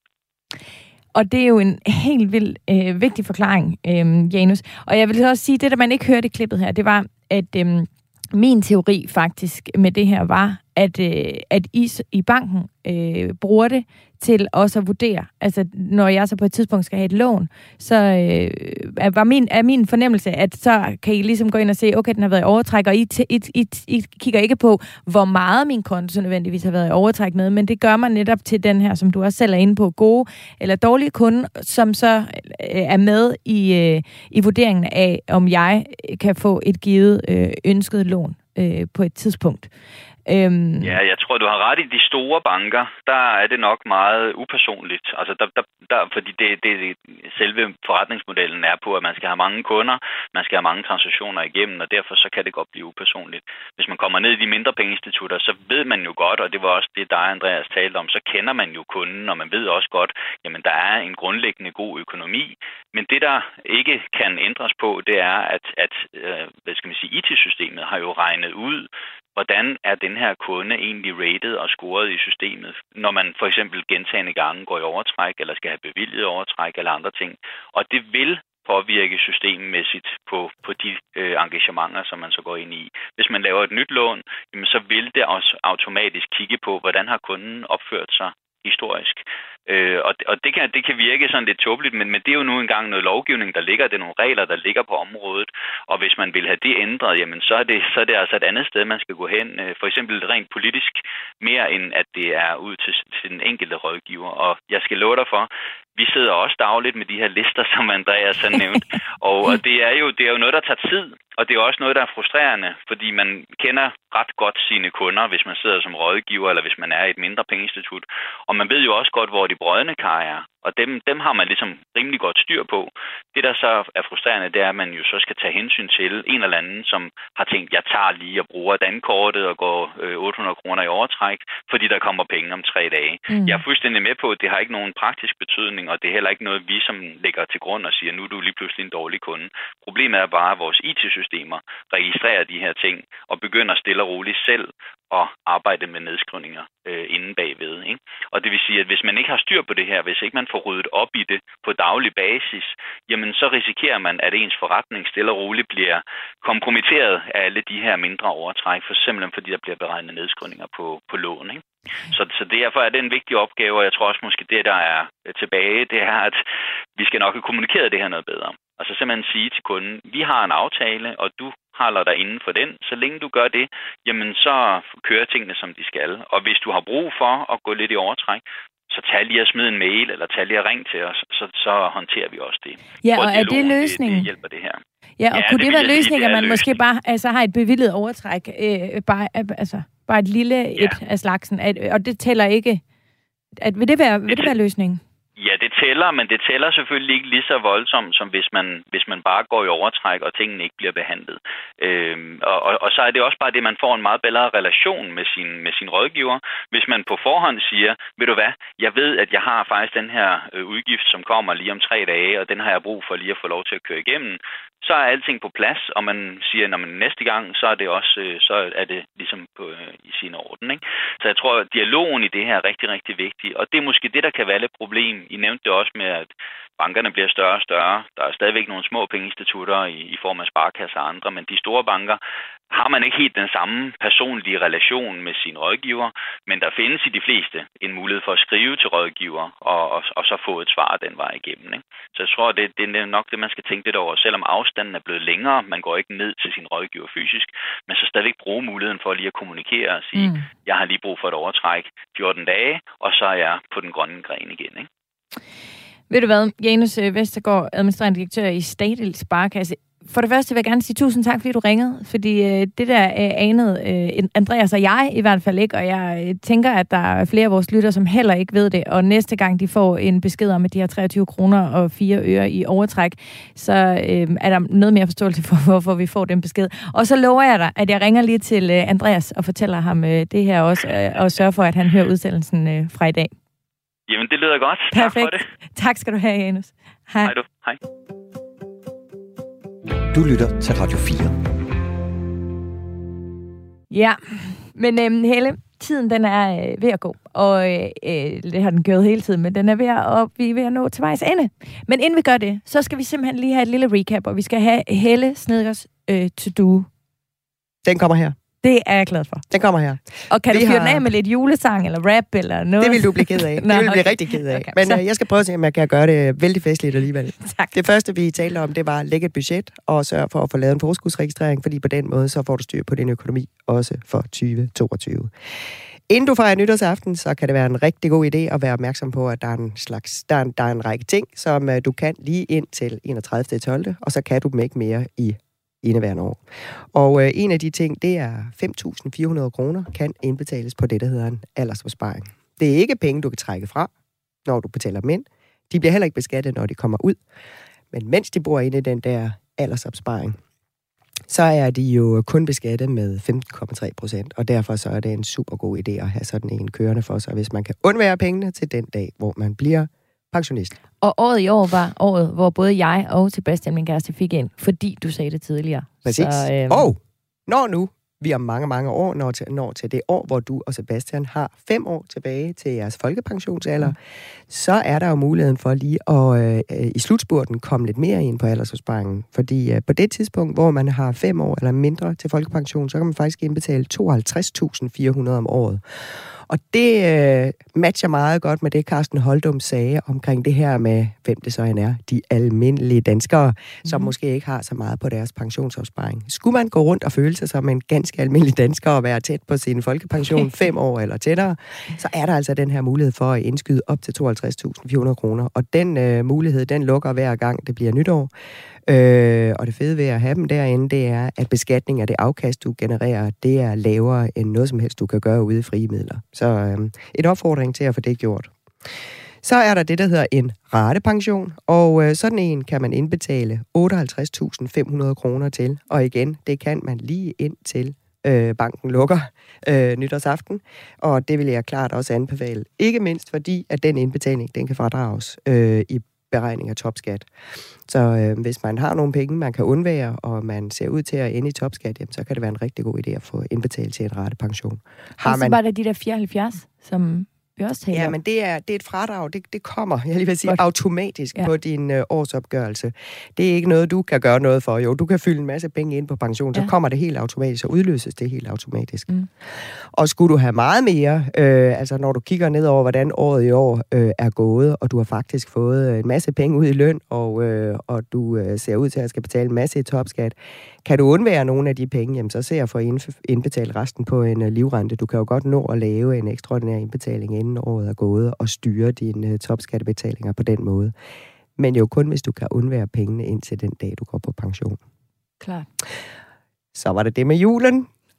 Og det er jo en helt vildt vigtig forklaring, Janus. Og jeg vil også sige, det der man ikke hørte i klippet her, det var, at min teori faktisk med det her var, at I banken bruger det til også at vurdere. Altså, når jeg så på et tidspunkt skal have et lån, så er min fornemmelse, at så kan I ligesom gå ind og se, okay, den har været i overtræk, og I kigger ikke på, hvor meget min konto nødvendigvis har været i overtræk med, men det gør man netop til den her, som du også selv er inde på, gode eller dårlige kunde, som så er med i vurderingen af, om jeg kan få et givet ønsket lån på et tidspunkt. Ja, jeg tror, du har ret i de store banker. Der er det nok meget upersonligt. Altså, fordi det selve forretningsmodellen er på, at man skal have mange kunder, man skal have mange transaktioner igennem, og derfor så kan det godt blive upersonligt. Hvis man kommer ned i de mindre pengeinstitutter, så ved man jo godt, og det var også det, dig, Andreas, talte om, så kender man jo kunden, og man ved også godt, jamen der er en grundlæggende god økonomi. Men det, der ikke kan ændres på, det er, at IT-systemet har jo regnet ud, hvordan er den her kunde egentlig rated og scoret i systemet, når man for eksempel gentagne gange går i overtræk, eller skal have bevilget overtræk, eller andre ting. Og det vil påvirke systemmæssigt på de engagementer, som man så går ind i. Hvis man laver et nyt lån, jamen, så vil det også automatisk kigge på, hvordan har kunden opført sig historisk. Og det kan virke sådan lidt tåbeligt, men det er jo nu engang noget lovgivning, der ligger. Det er nogle regler, der ligger på området. Og hvis man vil have det ændret, jamen så er det altså et andet sted, man skal gå hen. For eksempel rent politisk, mere end at det er ud til den enkelte rådgiver. Og jeg skal love dig for, vi sidder også dagligt med de her lister, som Andreas har nævnt. Og det er jo noget, der tager tid. Og det er også noget, der er frustrerende, fordi man kender ret godt sine kunder, hvis man sidder som rådgiver, eller hvis man er i et mindre pengeinstitut. Og man ved jo også godt, hvor de brodne kar er. Og dem har man ligesom rimelig godt styr på. Det, der så er frustrerende, det er, at man jo så skal tage hensyn til en eller anden, som har tænkt, jeg tager lige og bruger dankortet og går 800 kroner i overtræk, fordi der kommer penge om 3 dage. Jeg er fuldstændig med på, at det har ikke nogen praktisk betydning, og det er heller ikke noget, vi som lægger til grund og siger, nu er du lige pludselig en dårlig kunde. Problemet er bare, at vores IT-systemer registrerer de her ting og begynder stille og roligt selv at arbejde med nedskrivninger inden bagved. Ikke? Og det vil sige, at hvis man ikke har styr på det her, hvis ikke man får ryddet op i det på daglig basis, jamen så risikerer man, at ens forretning stille og roligt bliver kompromitteret af alle de her mindre overtræk, for simpelthen fordi der bliver beregnet nedskrivninger på lån. Ikke? Så derfor er det en vigtig opgave, og jeg tror også måske det, der er tilbage, det er, at vi skal nok have kommunikeret det her noget bedre. Altså simpelthen sige til kunden, vi har en aftale, og du holder dig inden for den. Så længe du gør det, jamen så kører tingene, som de skal. Og hvis du har brug for at gå lidt i overtræk, så tag lige at smide en mail, eller tag lige at ringe til os, så håndterer vi også det. Ja, og er det løsningen? Det hjælper det her. Ja, og kunne det være løsningen, at man måske bare har et bevilget overtræk, bare et lille et af slagsen, og det tæller ikke. Vil det være løsningen? Ja, det tæller, men det tæller selvfølgelig ikke lige så voldsomt, som hvis man bare går i overtræk, og tingene ikke bliver behandlet. Og så er det også bare det, man får en meget bedre relation med sin rådgiver. Hvis man på forhånd siger, ved du hvad, jeg ved, at jeg har faktisk den her udgift, som kommer lige om 3 dage, og den har jeg brug for lige at få lov til at køre igennem, så er alting på plads, og man siger, når man næste gang, så er det også, så er det ligesom i sin orden, ikke? Så jeg tror, at dialogen i det her er rigtig, rigtig vigtig, og det er måske det, der kan være lidt problem. I nævnte det også med, at bankerne bliver større og større. Der er stadigvæk nogle små pengeinstitutter i form af sparekasser og andre, men de store banker har man ikke helt den samme personlige relation med sin rådgiver, men der findes i de fleste en mulighed for at skrive til rådgiver og så få et svar den vej igennem, ikke? Så jeg tror, det er nok det, man skal tænke lidt over. Selvom afstanden er blevet længere, man går ikke ned til sin rådgiver fysisk, men så stadigvæk bruge muligheden for lige at kommunikere og sige, jeg har lige brug for et overtræk 14 dage, og så er jeg på den grønne gren igen, ikke? Ved du hvad, Janus Vestergaard, administrerende direktør i Stadil Sparekasse. For det første vil jeg gerne sige tusind tak, fordi du ringede, fordi det der anede Andreas og jeg i hvert fald ikke, og jeg tænker, at der er flere af vores lyttere, som heller ikke ved det, og næste gang de får en besked om, at de har 23 kroner og 4 øre i overtræk, så er der noget mere forståelse for, hvorfor vi får den besked. Og så lover jeg dig, at jeg ringer lige til Andreas og fortæller ham det her også, og sørger for, at han hører udsendelsen fra i dag. Jamen, det lyder godt. Perfekt. Tak for det. Tak skal du have, Janus. Hej. Hej du. Hej. Du lytter til Radio 4. Ja, men Helle, tiden den er ved at gå, og det har den gjort hele tiden, men den er vi er ved at nå til vejs ende. Men inden vi gør det, så skal vi simpelthen lige have et lille recap, og vi skal have Helle Snedgers to-do. Den kommer her. Det er jeg glad for. Den kommer her. Og kan du fyre den af med lidt julesang, eller rap, eller noget? Det vil du blive ked af. Det vil blive rigtig ked af. Okay. Men jeg skal prøve at se, om jeg kan gøre det vældig festligt alligevel. Tak. Det første, vi talte om, det var at lægge et budget og sørge for at få lavet en forskudsregistrering, fordi på den måde, så får du styr på din økonomi, også for 2022. Inden du fejrer nytårsaften, så kan det være en rigtig god idé at være opmærksom på, at der er en række ting, som du kan lige ind til 31.12., og så kan du dem ikke mere i indeværende år. Og en af de ting, det er 5.400 kroner, kan indbetales på det, der hedder en aldersopsparing. Det er ikke penge, du kan trække fra, når du betaler dem ind. De bliver heller ikke beskattet, når de kommer ud. Men mens de bor inde i den der aldersopsparing, så er de jo kun beskattet med 15,3%, og derfor så er det en super god idé at have sådan en kørende for sig, hvis man kan undvære pengene til den dag, hvor man bliver pensionist. Og året i år var året, hvor både jeg og Sebastian, min kæreste, fik ind, fordi du sagde det tidligere. Præcis. Og når nu vi om mange, mange år når til det år, hvor du og Sebastian har 5 år tilbage til jeres folkepensionsalder, så er der jo muligheden for lige at i slutspurten komme lidt mere ind på aldersopsparingen. Fordi på det tidspunkt, hvor man har 5 år eller mindre til folkepension, så kan man faktisk indbetale 52.400 om året. Og det matcher meget godt med det, Carsten Holdum sagde omkring det her med, hvem det så end er, de almindelige danskere, som måske ikke har så meget på deres pensionsopsparing. Skulle man gå rundt og føle sig som en ganske almindelig dansker og være tæt på sin folkepension 5 år eller tættere, så er der altså den her mulighed for at indskyde op til 52.400 kroner. Og den mulighed, den lukker hver gang det bliver nytår. Og det fede ved at have dem derinde, det er, at beskatning af det afkast, du genererer, det er lavere end noget som helst, du kan gøre ude i frie midler. Så en opfordring til at få det gjort. Så er der det, der hedder en ratepension, og sådan en kan man indbetale 58.500 kroner til. Og igen, det kan man lige ind til banken lukker nytårsaften, og det vil jeg klart også anbefale. Ikke mindst fordi, at den indbetaling, den kan fradrages i beregning af topskat. Så hvis man har nogle penge, man kan undvære, og man ser ud til at ende i topskat, jamen, så kan det være en rigtig god idé at få indbetalt til en ratepension. Og så var der de der 74, som vi også taler om. Ja, men det er et fradrag. Det kommer, jeg lige vil sige, automatisk på din årsopgørelse. Det er ikke noget, du kan gøre noget for. Jo, du kan fylde en masse penge ind på pension, så kommer det helt automatisk, så udløses det helt automatisk. Og skulle du have meget mere, altså når du kigger ned over, hvordan året i år er gået, og du har faktisk fået en masse penge ud i løn, og du ser ud til at skal betale en masse i topskat, kan du undvære nogle af de penge, jamen, så ser jeg for indbetale resten på en livrente. Du kan jo godt nå at lave en ekstraordinær indbetaling inden året er gået, og styre dine topskattebetalinger på den måde. Men jo kun, hvis du kan undvære pengene indtil den dag, du går på pension. Klart. Så var det med julen.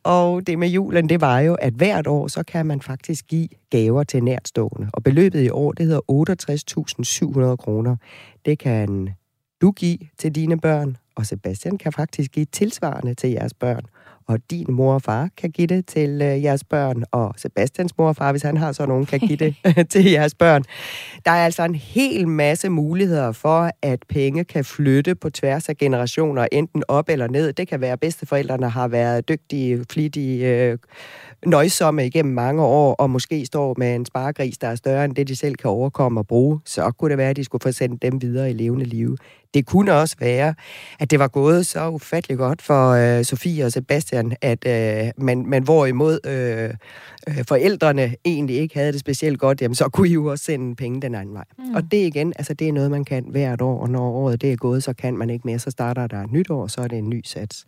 Og det med julen, det var jo, at hvert år, så kan man faktisk give gaver til nærtstående. Og beløbet i år, det hedder 68.700 kroner. Det kan du give til dine børn, og Sebastian kan faktisk give tilsvarende til jeres børn. Og din mor og far kan give det til jeres børn, og Sebastians mor og far, hvis han har så nogen, kan give det til jeres børn. Der er altså en hel masse muligheder for, at penge kan flytte på tværs af generationer, enten op eller ned. Det kan være, at bedsteforældrene har været dygtige, flittige, nøjsomme igennem mange år, og måske står med en sparegris, der er større end det, de selv kan overkomme og bruge. Så kunne det være, at de skulle få sendt dem videre i levende liv. Det kunne også være, at det var gået så ufattelig godt for Sofie og Sebastian, at man hvorimod forældrene egentlig ikke havde det specielt godt, jamen, så kunne I jo også sende penge den anden vej. Og det igen, altså det er noget, man kan hvert år, og når året det er gået, så kan man ikke mere. Så starter der et nyt år, så er det en ny sats.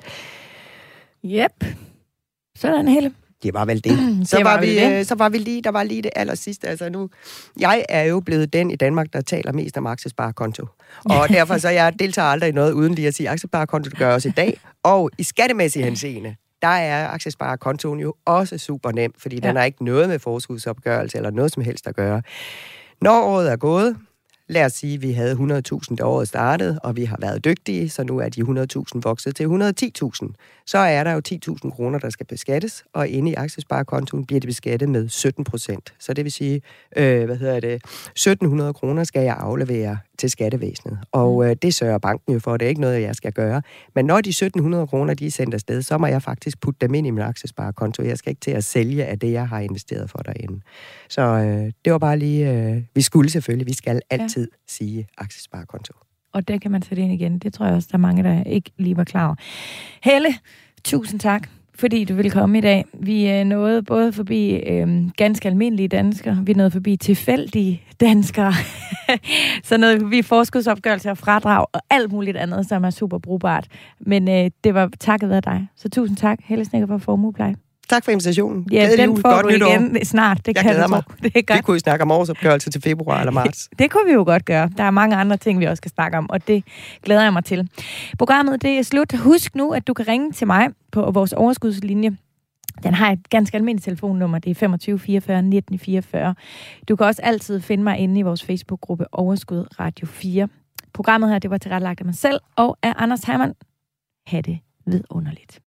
Yep. Sådan, Helle. Det var vel det. Så var vi lige, der var lige det allersidste. Altså nu, jeg er jo blevet den i Danmark, der taler mest om aktiesparekonto. Og derfor så jeg deltager aldrig i noget uden lige at sige, aktiesparekonto det gør også i dag. Og i skattemæssig henseende, der er aktiesparekontoen jo også super nem, fordi den har ikke noget med forskudsopgørelse eller noget som helst at gøre. Når året er gået, lad os sige, at vi havde 100.000, da året startede, og vi har været dygtige, så nu er de 100.000 vokset til 110.000. Så er der jo 10.000 kroner, der skal beskattes, og inde i aktiesparekontoen bliver det beskattet med 17%. Så det vil sige, 1.700 kroner skal jeg aflevere til skattevæsenet. Og det sørger banken jo for, det er ikke noget, jeg skal gøre. Men når de 1.700 kroner, de er sendt afsted, så må jeg faktisk putte dem ind i min aktiesparekonto. Jeg skal ikke til at sælge af det, jeg har investeret for derinde. Så det var bare lige, vi skal altid sige aktiesparekonto. Og det kan man sætte ind igen. Det tror jeg også, der er mange, der ikke lige var klar over. Helle, tusind tak, fordi du ville komme i dag. Vi nåede både forbi ganske almindelige danskere, vi nåede forbi tilfældige danskere, så nåede forbi forskudsopgørelse og fradrag og alt muligt andet, som er super brugbart. Men det var takket være dig. Så tusind tak, Helle Snedker fra Formuepleje. Tak for invitationen. Ja, den får du igen snart. Det kan du tro. Vi kunne jo snakke om årsopgørelse til februar eller marts. Det kunne vi jo godt gøre. Der er mange andre ting, vi også skal snakke om, og det glæder jeg mig til. Programmet det er slut. Husk nu, at du kan ringe til mig på vores overskudslinje. Den har et ganske almindeligt telefonnummer. Det er 25 44 19 44. Du kan også altid finde mig inde i vores Facebook-gruppe Overskud Radio 4. Programmet her, det var tilrettelagt af mig selv og af Anders Heimann. Ha' det vidunderligt.